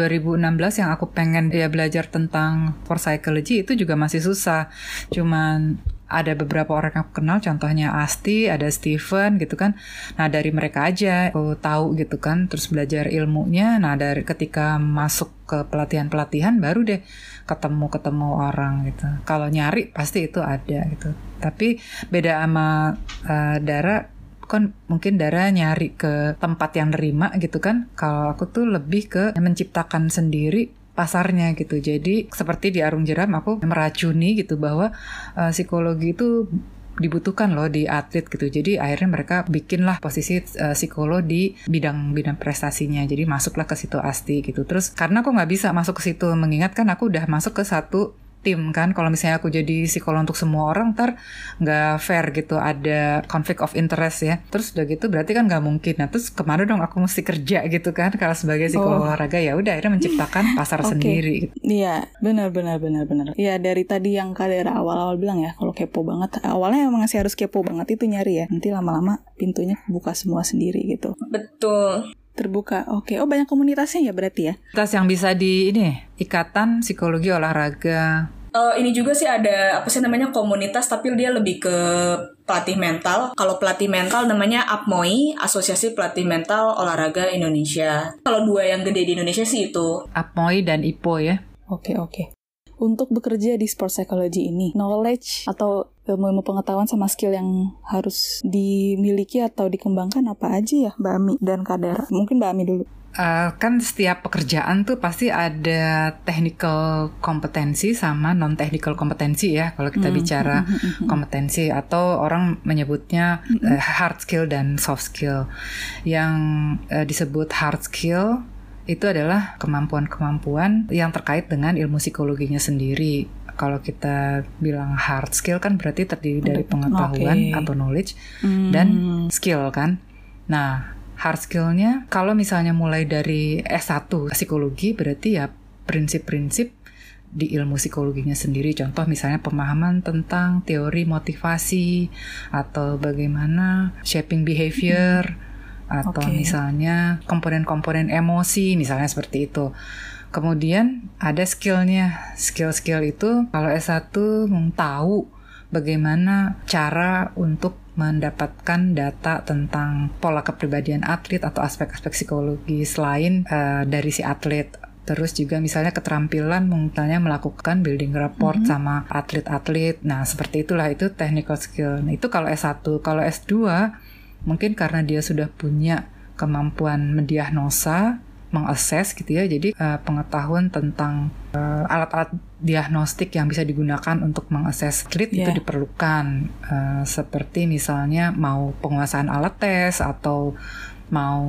2016 yang aku pengen belajar tentang for psychology itu juga masih susah. Cuman ada beberapa orang yang aku kenal, contohnya Asti, ada Steven gitu kan. Nah dari mereka aja aku tahu gitu kan, terus belajar ilmunya. Nah dari ketika masuk ke pelatihan-pelatihan baru deh ketemu orang gitu. Kalau nyari pasti itu ada gitu. Tapi beda sama Dara, kan mungkin Dara nyari ke tempat yang nerima gitu kan. Kalau aku tuh lebih ke menciptakan sendiri pasarnya gitu. Jadi seperti di Arung Jeram aku meracuni gitu bahwa psikologi itu dibutuhkan loh di atlet gitu. Jadi akhirnya mereka bikinlah posisi psikolog di bidang prestasinya. Jadi masuklah ke situ Asti gitu. Terus karena aku nggak bisa masuk ke situ, mengingat kan aku udah masuk ke satu tim kan. Kalau misalnya aku jadi psikolog untuk semua orang ntar nggak fair gitu, ada conflict of interest ya. Terus udah gitu berarti kan nggak mungkin. Nah terus kemana dong aku mesti kerja gitu kan kalau sebagai psikolog olahraga. Ya udah akhirnya menciptakan pasar sendiri gitu. Iya benar. Iya dari tadi yang Kak Dara awal-awal bilang ya, kalau kepo banget awalnya emang masih harus kepo banget itu nyari ya, nanti lama-lama pintunya buka semua sendiri gitu. Betul, terbuka. Oke. Oh banyak komunitasnya ya berarti ya? Komunitas yang bisa di ini Ikatan Psikologi Olahraga. Ini juga sih ada apa sih namanya komunitas, tapi dia lebih ke pelatih mental. Kalau pelatih mental namanya APMOI, Asosiasi Pelatih Mental Olahraga Indonesia. Kalau dua yang gede di Indonesia sih itu APMOI dan IPO ya. Oke. Untuk bekerja di sports psychology ini, knowledge atau ilmu pengetahuan sama skill yang harus dimiliki atau dikembangkan apa aja ya Mbak Ami dan Kak Dara? Mungkin Mbak Ami dulu. Kan setiap pekerjaan tuh pasti ada technical kompetensi sama non-technical kompetensi ya. Kalau kita bicara kompetensi, atau orang menyebutnya hard skill dan soft skill. Yang disebut hard skill itu adalah kemampuan-kemampuan yang terkait dengan ilmu psikologinya sendiri. Kalau kita bilang hard skill kan berarti terdiri dari pengetahuan atau knowledge dan skill kan. Nah, hard skillnya kalau misalnya mulai dari S1 psikologi berarti ya prinsip-prinsip di ilmu psikologinya sendiri. Contoh misalnya pemahaman tentang teori motivasi atau bagaimana shaping behavior, atau misalnya komponen-komponen emosi, misalnya seperti itu. Kemudian ada skillnya. Skill-skill itu kalau S1 tahu bagaimana cara untuk mendapatkan data tentang pola kepribadian atlet atau aspek-aspek psikologi selain dari si atlet. Terus juga misalnya keterampilan misalnya melakukan building rapport sama atlet-atlet. Nah seperti itulah, itu technical skill. Nah, itu kalau S1. Kalau S2 mungkin karena dia sudah punya kemampuan mendiagnosa, mengakses gitu ya. Jadi pengetahuan tentang alat-alat diagnostik yang bisa digunakan untuk mengakses atlet itu diperlukan. Seperti misalnya mau penguasaan alat tes atau mau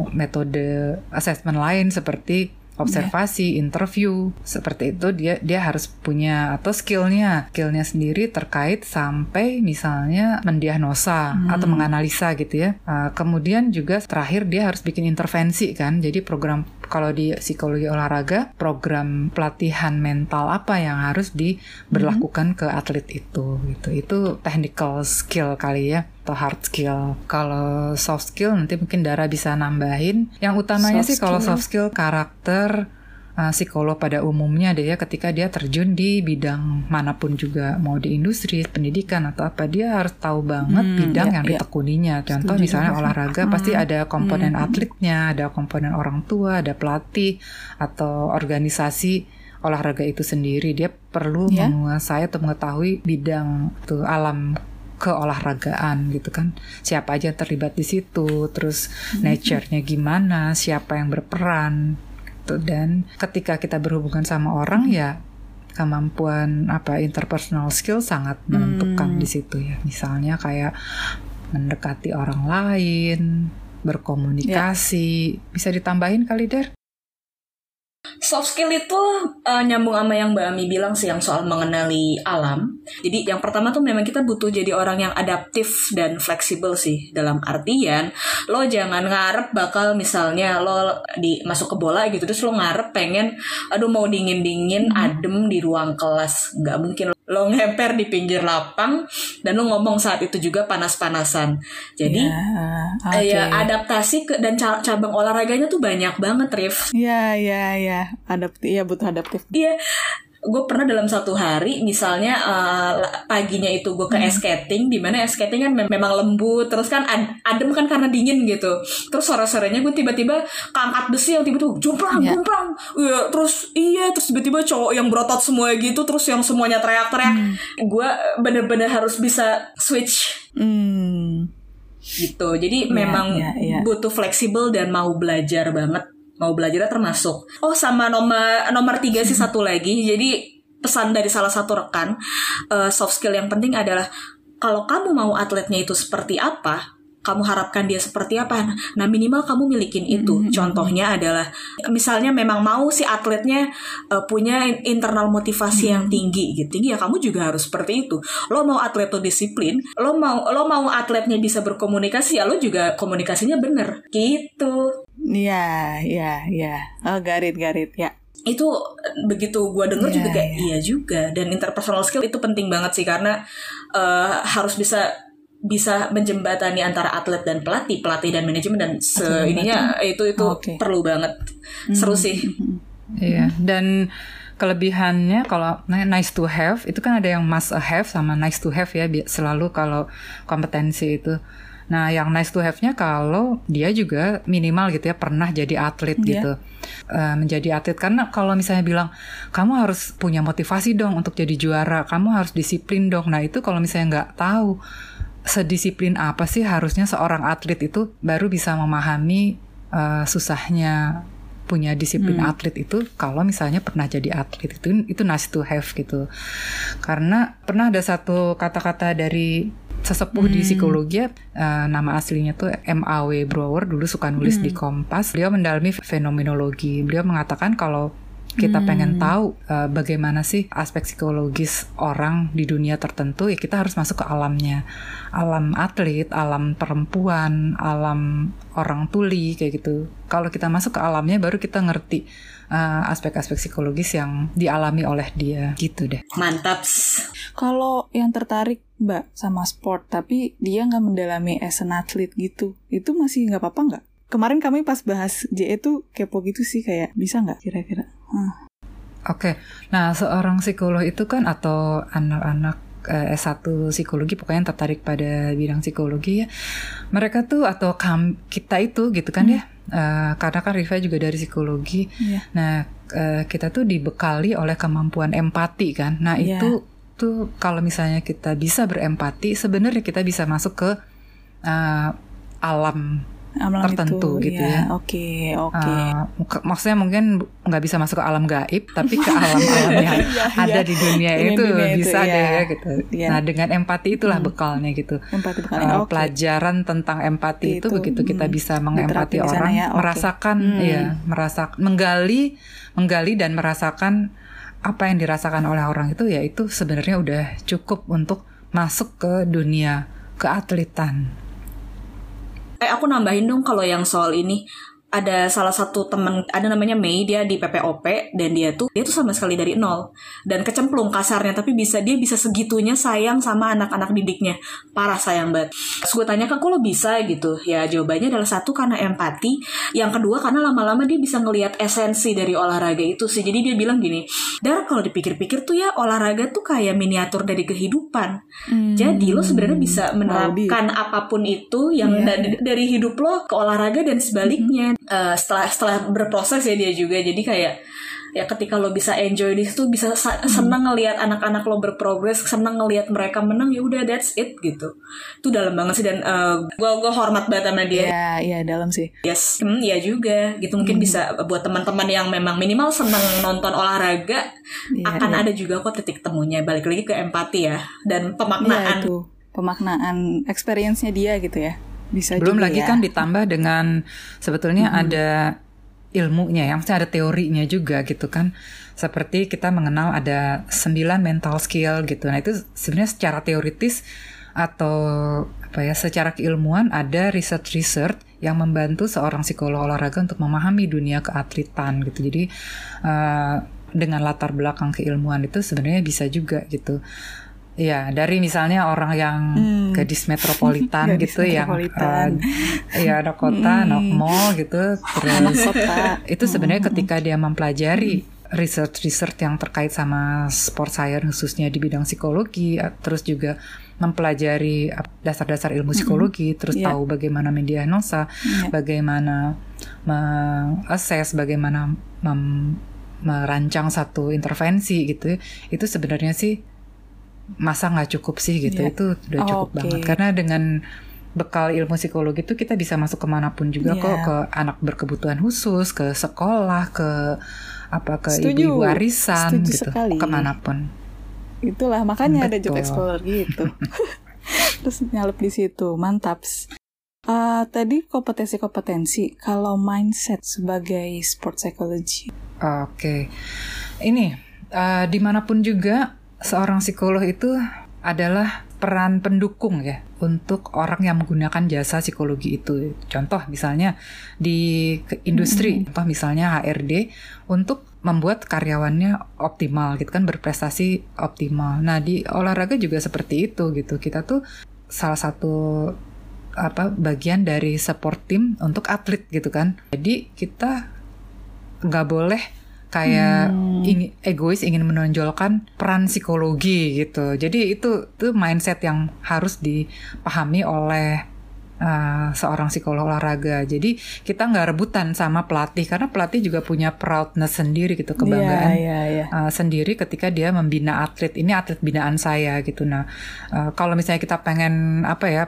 metode assessment lain seperti observasi, interview, seperti itu dia harus punya, atau skillnya sendiri terkait sampai misalnya mendiagnosa atau menganalisa gitu ya. Kemudian juga terakhir dia harus bikin intervensi kan. Jadi program, kalau di psikologi olahraga, program pelatihan mental apa yang harus diberlakukan ke atlet itu gitu. Itu technical skill kali ya, atau hard skill. Kalau soft skill nanti mungkin Dara bisa nambahin. Yang utamanya soft sih kalau soft skill karakter psikolog pada umumnya deh ya, ketika dia terjun di bidang manapun juga, mau di industri, pendidikan atau apa, dia harus tahu banget bidang yang ditekuninya. Contoh misalnya olahraga pasti ada komponen atletnya, ada komponen orang tua, ada pelatih atau organisasi olahraga itu sendiri. Dia perlu menguasai atau mengetahui bidang tuh alam keolahragaan gitu kan. Siapa aja yang terlibat di situ, terus nature-nya gimana, siapa yang berperan gitu. Dan ketika kita berhubungan sama orang ya kemampuan interpersonal skill sangat menentukan di situ ya. Misalnya kayak mendekati orang lain, berkomunikasi. Bisa ditambahin kali, Der? Soft skill itu nyambung sama yang Mbak Ami bilang sih, yang soal mengenali alam. Jadi yang pertama tuh memang kita butuh jadi orang yang adaptif dan fleksibel sih. Dalam artian lo jangan ngarep bakal misalnya lo masuk ke bola gitu, terus lo ngarep pengen aduh mau dingin-dingin adem di ruang kelas. Nggak mungkin. Lo ngeper di pinggir lapang dan lo ngomong saat itu juga panas-panasan. Jadi ya adaptasi dan cabang olahraganya tuh banyak banget, Rif. Iya. Butuh adaptif. Iya. Gue pernah dalam satu hari misalnya paginya itu gue ke ice skating, di mana ice skating kan memang lembut, terus kan adem kan karena dingin gitu. Terus sore-sorenya gue tiba-tiba keangkat besi yang tiba-tiba jumplang. Ya, terus tiba-tiba cowok yang berotot semua gitu, terus yang semuanya teriak-teriak. Gue bener-bener harus bisa switch. Gitu. Jadi memang butuh fleksibel dan mau belajar banget. Mau belajarnya termasuk. Sama nomor 3 sih satu lagi. Jadi pesan dari salah satu rekan, soft skill yang penting adalah kalau kamu mau atletnya itu seperti apa, kamu harapkan dia seperti apa. Nah minimal kamu milikin itu. Contohnya adalah misalnya memang mau si atletnya punya internal motivasi yang tinggi gitu. Ya kamu juga harus seperti itu. Lo mau atlet tuh disiplin, lo mau atletnya bisa berkomunikasi, ya lo juga komunikasinya bener gitu. Iya. Oh, garit ya. Itu begitu gue denger juga kayak iya juga. Dan interpersonal skill itu penting banget sih, karena harus bisa menjembatani antara atlet dan pelatih dan manajemen dan ininya itu perlu banget. Seru sih. Iya, dan kelebihannya kalau nice to have itu kan ada yang must have sama nice to have ya, selalu kalau kompetensi itu. Nah, yang nice to have-nya kalau dia juga minimal gitu ya pernah jadi atlet gitu. Menjadi atlet, karena kalau misalnya bilang kamu harus punya motivasi dong untuk jadi juara, kamu harus disiplin dong. Nah, itu kalau misalnya nggak tahu sedisiplin apa sih harusnya seorang atlet itu, baru bisa memahami susahnya punya disiplin atlet itu kalau misalnya pernah jadi atlet. Itu nice to have gitu. Karena pernah ada satu kata-kata dari sesepuh di psikologi, nama aslinya tuh M.A.W. Brower, dulu suka nulis di Kompas. Beliau mendalami fenomenologi. Beliau mengatakan kalau kita pengen tahu bagaimana sih aspek psikologis orang di dunia tertentu, ya kita harus masuk ke alamnya. Alam atlet, alam perempuan, alam orang tuli kayak gitu. Kalau kita masuk ke alamnya baru kita ngerti aspek-aspek psikologis yang dialami oleh dia gitu deh. Mantap. Kalau yang tertarik Mbak sama sport tapi dia nggak mendalami as an athlete gitu, itu masih nggak apa-apa nggak? Kemarin kami pas bahas JE tuh kepo gitu sih, kayak bisa nggak kira-kira? Oke. Nah seorang psikolog itu kan, atau anak-anak S1 psikologi pokoknya yang tertarik pada bidang psikologi ya, mereka tuh atau kita itu gitu kan ya, karena kan Rifa juga dari psikologi. Nah kita tuh dibekali oleh kemampuan empati kan. Nah itu tuh kalau misalnya kita bisa berempati, sebenarnya kita bisa masuk ke alam tertentu itu, gitu ya. Oke. Maksudnya mungkin nggak bisa masuk ke alam gaib, tapi ke alam-alam yang ada di dunia itu bisa deh ya gitu. Nah dengan empati itulah bekalnya gitu. Pelajaran tentang empati itu begitu kita bisa mengempati orang, merasakan, menggali dan merasakan apa yang dirasakan oleh orang itu, ya itu sebenarnya udah cukup untuk masuk ke dunia keatletan. Aku nambahin dong kalau yang soal ini. Ada salah satu teman, ada namanya Mei, dia di PPOP dan dia tuh sama sekali dari nol dan kecemplung kasarnya, tapi dia bisa segitunya sayang sama anak-anak didiknya, parah sayang banget. Terus gue tanya, kok lo bisa gitu? Ya jawabannya adalah satu karena empati, yang kedua karena lama-lama dia bisa ngelihat esensi dari olahraga itu sih. Jadi dia bilang gini, Dar kalau dipikir-pikir tuh ya olahraga tuh kayak miniatur dari kehidupan. Jadi lo sebenarnya bisa menerapkan apapun itu yang dari hidup lo ke olahraga dan sebaliknya. Setelah berproses ya dia juga, jadi kayak ya ketika lo bisa enjoy di situ, bisa senang ngelihat anak-anak lo berprogres, senang ngelihat mereka menang, ya udah that's it gitu. Itu dalam banget sih, dan gue hormat banget sama dia. Iya dalam sih. Yes, iya juga gitu. Mungkin bisa buat teman-teman yang memang minimal senang nonton olahraga, akan ada juga kok titik temunya. Balik lagi ke empati ya, dan pemaknaan. Iya, itu pemaknaan experience-nya dia gitu ya. Bisa belum juga lagi ya. kan ditambah dengan sebetulnya ada ilmunya, yang maksudnya ada teorinya juga gitu kan. Seperti kita mengenal ada 9 mental skill gitu. Nah itu sebenarnya secara teoritis atau apa ya, secara keilmuan ada research yang membantu seorang psikolog olahraga untuk memahami dunia keatletan gitu. Jadi dengan latar belakang keilmuan itu sebenarnya bisa juga gitu. Ya, dari misalnya orang yang gadis metropolitan gitu, metropolitan. Yang anak kota, anak mall gitu, terus itu sebenarnya ketika dia mempelajari research yang terkait sama sport science khususnya di bidang psikologi, terus juga mempelajari dasar-dasar ilmu psikologi, terus tahu bagaimana mendiagnosa, bagaimana mengakses, bagaimana merancang satu intervensi gitu. Itu sebenarnya sih masa nggak cukup sih gitu, itu udah cukup banget. Karena dengan bekal ilmu psikologi itu kita bisa masuk kemanapun juga kok, ke anak berkebutuhan khusus, ke sekolah, ke ibu-ibu warisan gitu, sekali. Kemanapun. Itulah makanya ada Job Explorer gitu. Terus nyalep di situ, mantap. Tadi kompetensi, kalau mindset sebagai sport psychology. Oke. Ini dimanapun juga seorang psikolog itu adalah peran pendukung ya untuk orang yang menggunakan jasa psikologi itu. Contoh misalnya di industri, contoh misalnya HRD untuk membuat karyawannya optimal gitu kan, berprestasi optimal. Nah di olahraga juga seperti itu gitu. Kita tuh salah satu bagian dari support team untuk atlet gitu kan. Jadi kita nggak boleh kayak egois ingin menonjolkan peran psikologi gitu. Jadi itu mindset yang harus dipahami oleh seorang psikolog olahraga. Jadi kita nggak rebutan sama pelatih, karena pelatih juga punya proudness sendiri gitu, kebanggaan sendiri ketika dia membina atlet. Ini atlet binaan saya gitu. Nah kalau misalnya kita pengen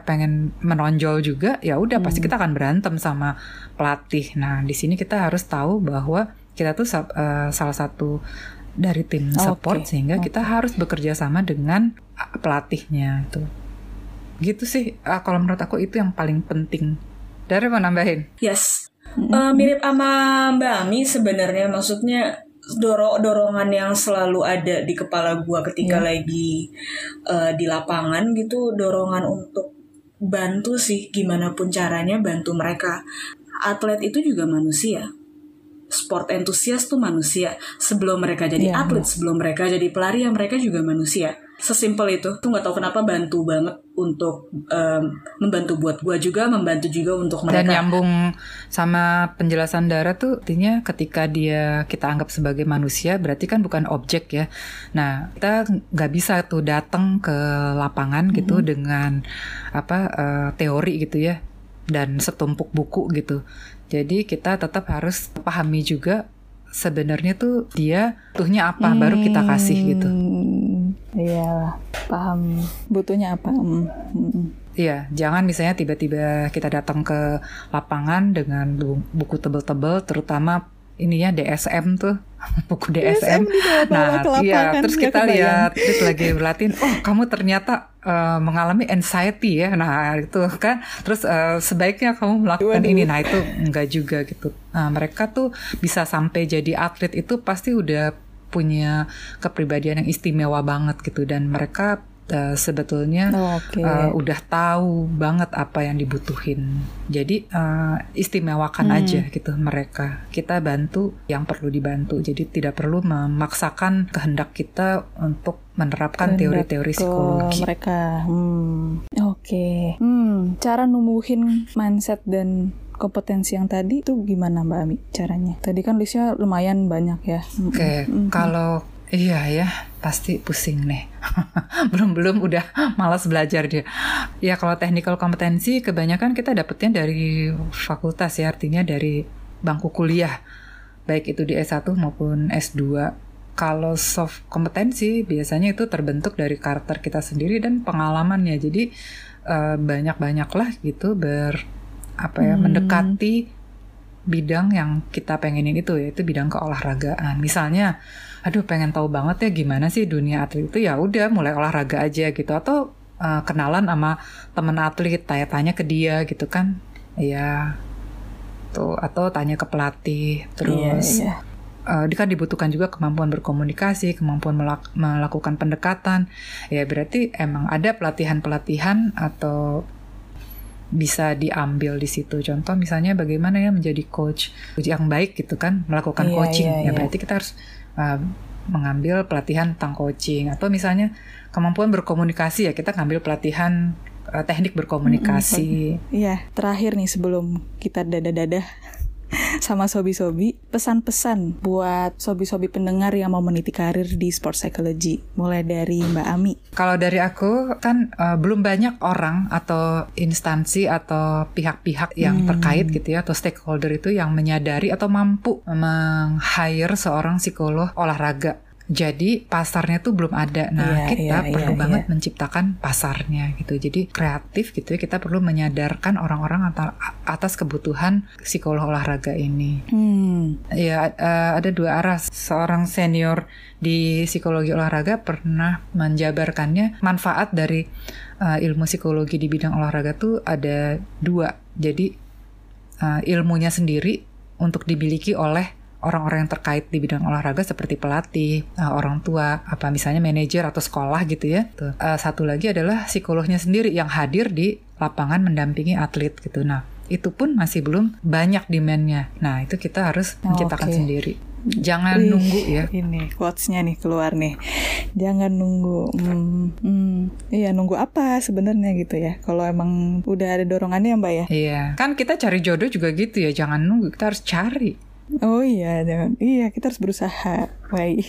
menonjol juga, ya udah pasti kita akan berantem sama pelatih. Nah di sini kita harus tahu bahwa kita tuh salah satu dari tim support, sehingga kita harus bekerja sama dengan pelatihnya tuh. Gitu sih, kalau menurut aku itu yang paling penting. Dari mau nambahin? Yes, mirip sama Mbak Ami sebenarnya. Maksudnya dorongan yang selalu ada di kepala gue ketika lagi di lapangan gitu, dorongan untuk bantu sih, gimana pun caranya bantu mereka. Atlet itu juga manusia, sport entusias tuh manusia. Sebelum mereka jadi atlet, sebelum mereka jadi pelari, ya mereka juga manusia. Sesimpel itu. Tuh nggak tahu kenapa bantu banget untuk membantu buat gue juga, membantu juga untuk mereka. Dan nyambung sama penjelasan Dara tuh, artinya ketika kita anggap sebagai manusia, berarti kan bukan objek ya. Nah kita nggak bisa tuh datang ke lapangan gitu dengan teori gitu ya, dan setumpuk buku gitu. Jadi kita tetap harus pahami juga sebenarnya tuh dia butuhnya apa, baru kita kasih gitu. Iya, paham butuhnya apa. Iya, jangan misalnya tiba-tiba kita datang ke lapangan dengan buku tebel-tebel, terutama ini ya DSM tuh, buku DSM. Nah, iya, terus kita lihat, terus lagi berlatih, oh kamu ternyata mengalami anxiety ya. Nah, itu kan, terus sebaiknya kamu melakukan ini. Nah, itu enggak juga gitu. Nah, mereka tuh bisa sampai jadi atlet itu pasti udah punya kepribadian yang istimewa banget gitu, dan mereka sebetulnya udah tahu banget apa yang dibutuhin. Jadi istimewakan aja gitu mereka. Kita bantu yang perlu dibantu. Jadi tidak perlu memaksakan kehendak kita untuk menerapkan teori-teori psikologi mereka. Cara numbuhin mindset dan kompetensi yang tadi itu gimana Mbak Ami caranya? Tadi kan listnya lumayan banyak ya. Kalau iya ya, pasti pusing nih. Belum udah malas belajar dia. Ya kalau technical kompetensi kebanyakan kita dapetnya dari fakultas ya, artinya dari bangku kuliah. baik itu di S1 maupun S2. Kalau soft kompetensi biasanya itu terbentuk dari karakter kita sendiri dan pengalamannya. Jadi banyak-banyaklah gitu mendekati bidang yang kita pengenin itu, yaitu bidang keolahragaan. Misalnya, aduh pengen tahu banget ya gimana sih dunia atlet itu, ya udah mulai olahraga aja gitu, atau kenalan sama temen atlet, tanya-tanya ke dia gitu kan, ya tuh, atau tanya ke pelatih. Terus kan dibutuhkan juga kemampuan berkomunikasi, kemampuan melakukan pendekatan. Ya berarti emang ada pelatihan-pelatihan atau bisa diambil di situ. Contoh misalnya bagaimana ya menjadi coach yang baik gitu kan, melakukan coaching. Ya berarti kita harus mengambil pelatihan tentang coaching. Atau misalnya kemampuan berkomunikasi, ya kita ngambil pelatihan teknik berkomunikasi. Iya, terakhir nih sebelum kita dadah-dadah sama sobi-sobi, pesan-pesan buat sobi-sobi pendengar yang mau meniti karir di sports psychology, mulai dari Mbak Ami. Kalau dari aku kan belum banyak orang atau instansi atau pihak-pihak yang terkait gitu ya, atau stakeholder itu yang menyadari atau mampu meng-hire seorang psikolog olahraga. Jadi pasarnya tuh belum ada. Nah, kita perlu banget menciptakan pasarnya gitu. Jadi kreatif gitu ya. Kita perlu menyadarkan orang-orang atas kebutuhan psikolog olahraga ini. Ya, ada dua arah. Seorang senior di psikologi olahraga pernah menjabarkannya, manfaat dari ilmu psikologi di bidang olahraga tuh ada dua. Jadi ilmunya sendiri untuk dimiliki oleh orang-orang yang terkait di bidang olahraga seperti pelatih, orang tua, apa misalnya manajer atau sekolah gitu ya. Satu lagi adalah psikolognya sendiri yang hadir di lapangan mendampingi atlet gitu. Nah, itu pun masih belum banyak demand-nya. Nah, itu kita harus menciptakan sendiri. Jangan nunggu ya. Ini quotes-nya nih keluar nih. Jangan nunggu. Iya, nunggu apa sebenarnya gitu ya. Kalau emang udah ada dorongannya Mbak ya. Iya. Kan kita cari jodoh juga gitu ya. Jangan nunggu, kita harus cari. Oh iya, iya kita harus berusaha. Baik.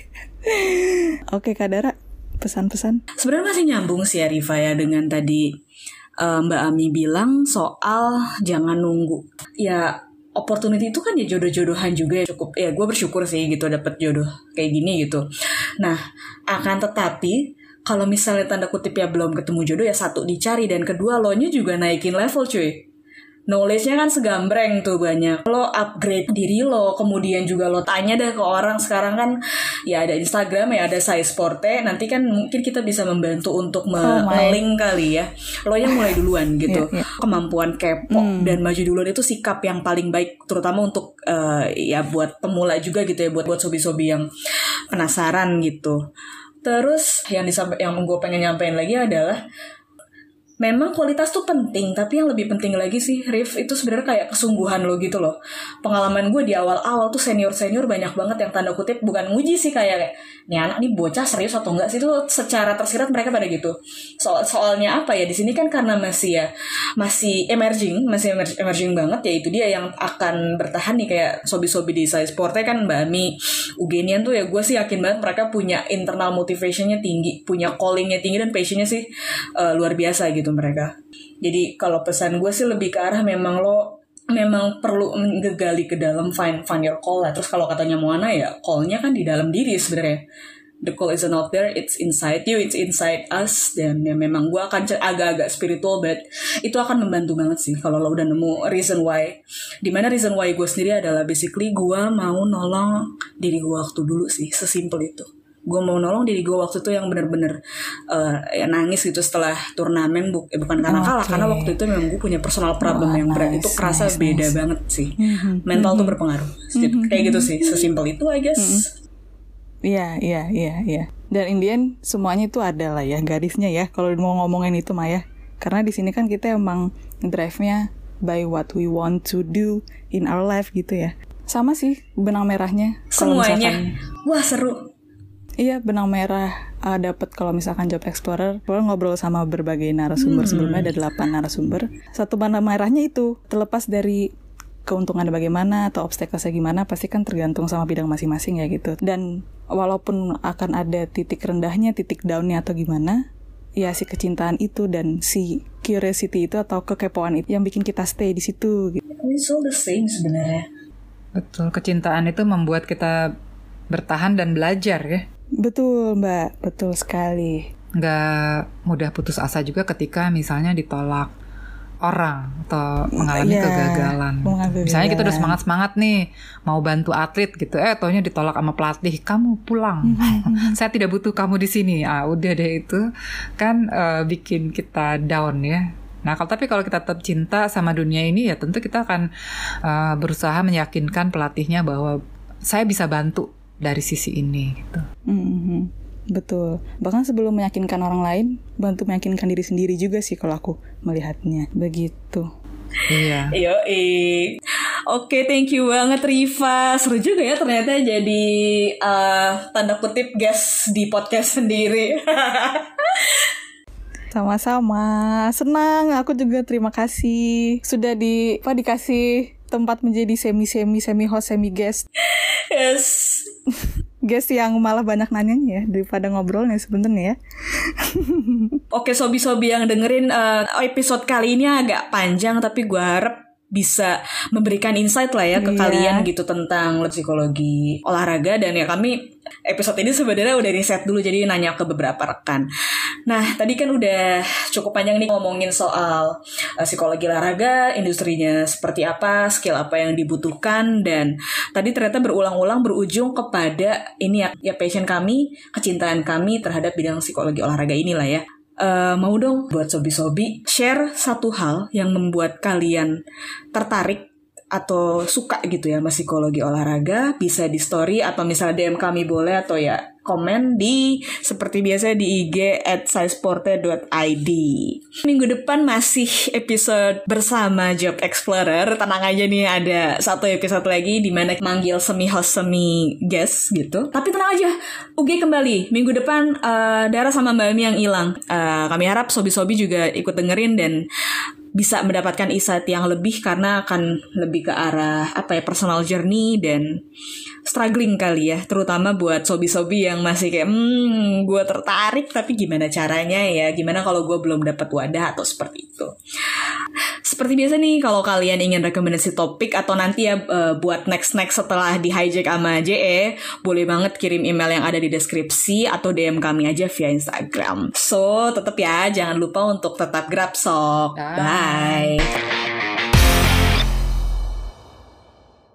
Oke Kak Dara, pesan-pesan. Sebenarnya masih nyambung sih ya Riva ya dengan tadi Mbak Ami bilang soal jangan nunggu. Ya opportunity itu kan ya jodoh-jodohan juga ya, cukup. Ya gue bersyukur sih gitu dapet jodoh kayak gini gitu. Nah akan tetapi kalau misalnya tanda kutip ya belum ketemu jodoh, ya satu dicari, dan kedua lo nya juga naikin level cuy. Knowledge-nya kan segambreng tuh banyak. Lo upgrade diri lo, kemudian juga lo tanya deh ke orang. Sekarang kan ya ada Instagram ya, ada Sai Sporte. Nanti kan mungkin kita bisa membantu untuk nge-link kali ya. Lo yang mulai duluan gitu. Kemampuan kepo dan maju duluan itu sikap yang paling baik, terutama untuk ya buat pemula juga gitu ya, buat sobi-sobi yang penasaran gitu. Terus yang gue pengen nyampein lagi adalah memang kualitas tuh penting, tapi yang lebih penting lagi sih, Rif, itu sebenarnya kayak kesungguhan lo gitu loh. Pengalaman gue di awal-awal tuh senior-senior banyak banget yang tanda kutip bukan nguji sih, kayak nih anak nih bocah serius atau enggak sih, tuh secara tersirat mereka pada gitu. Soalnya apa ya, di sini kan karena masih emerging banget, ya itu dia yang akan bertahan nih, kayak sobi-sobi di Sai Sporte kan Mbak Ami, Ugenian tuh ya gue sih yakin banget mereka punya internal motivationnya tinggi, punya callingnya tinggi, dan passionnya sih luar biasa gitu mereka. Jadi kalau pesan gue sih lebih ke arah memang perlu menggali ke dalam, find your call lah. Terus kalau katanya Moana ya, call-nya kan di dalam diri sebenarnya. The call isn't out there, it's inside you, it's inside us. Dan ya memang gue akan agak-agak spiritual, but itu akan membantu banget sih kalau lo udah nemu reason why. Dimana reason why gue sendiri adalah basically gue mau nolong diri gue waktu dulu sih, sesimpel itu. Gue mau nolong diri gue waktu itu yang bener-bener ya nangis gitu setelah turnamen, bukan karena kalah, karena waktu itu memang gue punya personal problem yang berat. Itu kerasa beda banget sih. Mental tuh berpengaruh. Kayak gitu sih, sesimpel itu I guess. Iya. Dan in the end semuanya itu ada lah ya garisnya ya, kalau mau ngomongin itu Maya. Karena di sini kan kita emang drive-nya by what we want to do in our life gitu ya. Sama sih benang merahnya. Semuanya. Wah seru. Iya, benang merah dapat kalau misalkan Job Explorer. Kalau ngobrol sama berbagai narasumber, sebelumnya ada 8 narasumber. Satu benang merahnya itu, terlepas dari keuntungannya bagaimana atau obstacle-nya gimana, pasti kan tergantung sama bidang masing-masing ya gitu. Dan walaupun akan ada titik rendahnya, titik down-nya atau gimana, ya si kecintaan itu dan si curiosity itu atau kekepoan itu yang bikin kita stay di situ gitu. It's all the same sebenarnya. Betul, kecintaan itu membuat kita bertahan dan belajar ya. Betul Mbak, betul sekali. Nggak mudah putus asa juga ketika misalnya ditolak orang atau mengalami kegagalan. Misalnya kita udah semangat-semangat nih mau bantu atlet gitu, taunya ditolak sama pelatih, kamu pulang, saya tidak butuh kamu di sini. Udah deh, itu kan bikin kita down ya. Nah, tapi kalau kita tetap cinta sama dunia ini ya tentu kita akan berusaha meyakinkan pelatihnya bahwa saya bisa bantu dari sisi ini gitu. Betul. Bahkan sebelum meyakinkan orang lain, bantu meyakinkan diri sendiri juga sih kalau aku melihatnya. Begitu. Iya. Oke, thank you banget Riva. Seru juga ya ternyata jadi tanda kutip guest di podcast sendiri. Sama-sama. Senang. Aku juga terima kasih sudah dikasih tempat menjadi semi host, semi guest. Yes. Guys yang malah banyak nanyanya ya daripada ngobrolnya sebenarnya ya. Oke, sobi-sobi yang dengerin episode kali ini agak panjang, tapi gue harap bisa memberikan insight lah ya ke kalian gitu tentang psikologi olahraga. Dan ya kami episode ini sebenarnya udah riset dulu, jadi nanya ke beberapa rekan. Nah, tadi kan udah cukup panjang nih ngomongin soal psikologi olahraga, industrinya seperti apa, skill apa yang dibutuhkan, dan tadi ternyata berulang-ulang berujung kepada ini ya passion kami, kecintaan kami terhadap bidang psikologi olahraga inilah ya. Mau dong buat sobi-sobi share satu hal yang membuat kalian tertarik atau suka gitu ya sama psikologi olahraga. Bisa di story atau misalnya DM kami boleh, atau ya komen di seperti biasa di IG @saisporte.id. Minggu depan masih episode bersama Job Explorer. Tenang aja nih, ada satu episode lagi di mana manggil semi host semi guest gitu. Tapi tenang aja, UG kembali minggu depan. Dara sama Mbak Ami yang hilang. Kami harap sobi-sobi juga ikut dengerin dan bisa mendapatkan insight yang lebih, karena akan lebih ke arah personal journey dan struggling kali ya, terutama buat sobi-sobi yang masih kayak gue tertarik tapi gimana caranya ya, gimana kalau gue belum dapat wadah atau seperti itu. Seperti biasa nih, kalau kalian ingin rekomendasi topik atau nanti ya buat next setelah di hijack sama JE, boleh banget kirim email yang ada di deskripsi atau DM kami aja via Instagram. So tetap ya, jangan lupa untuk tetap grabsok. Bye.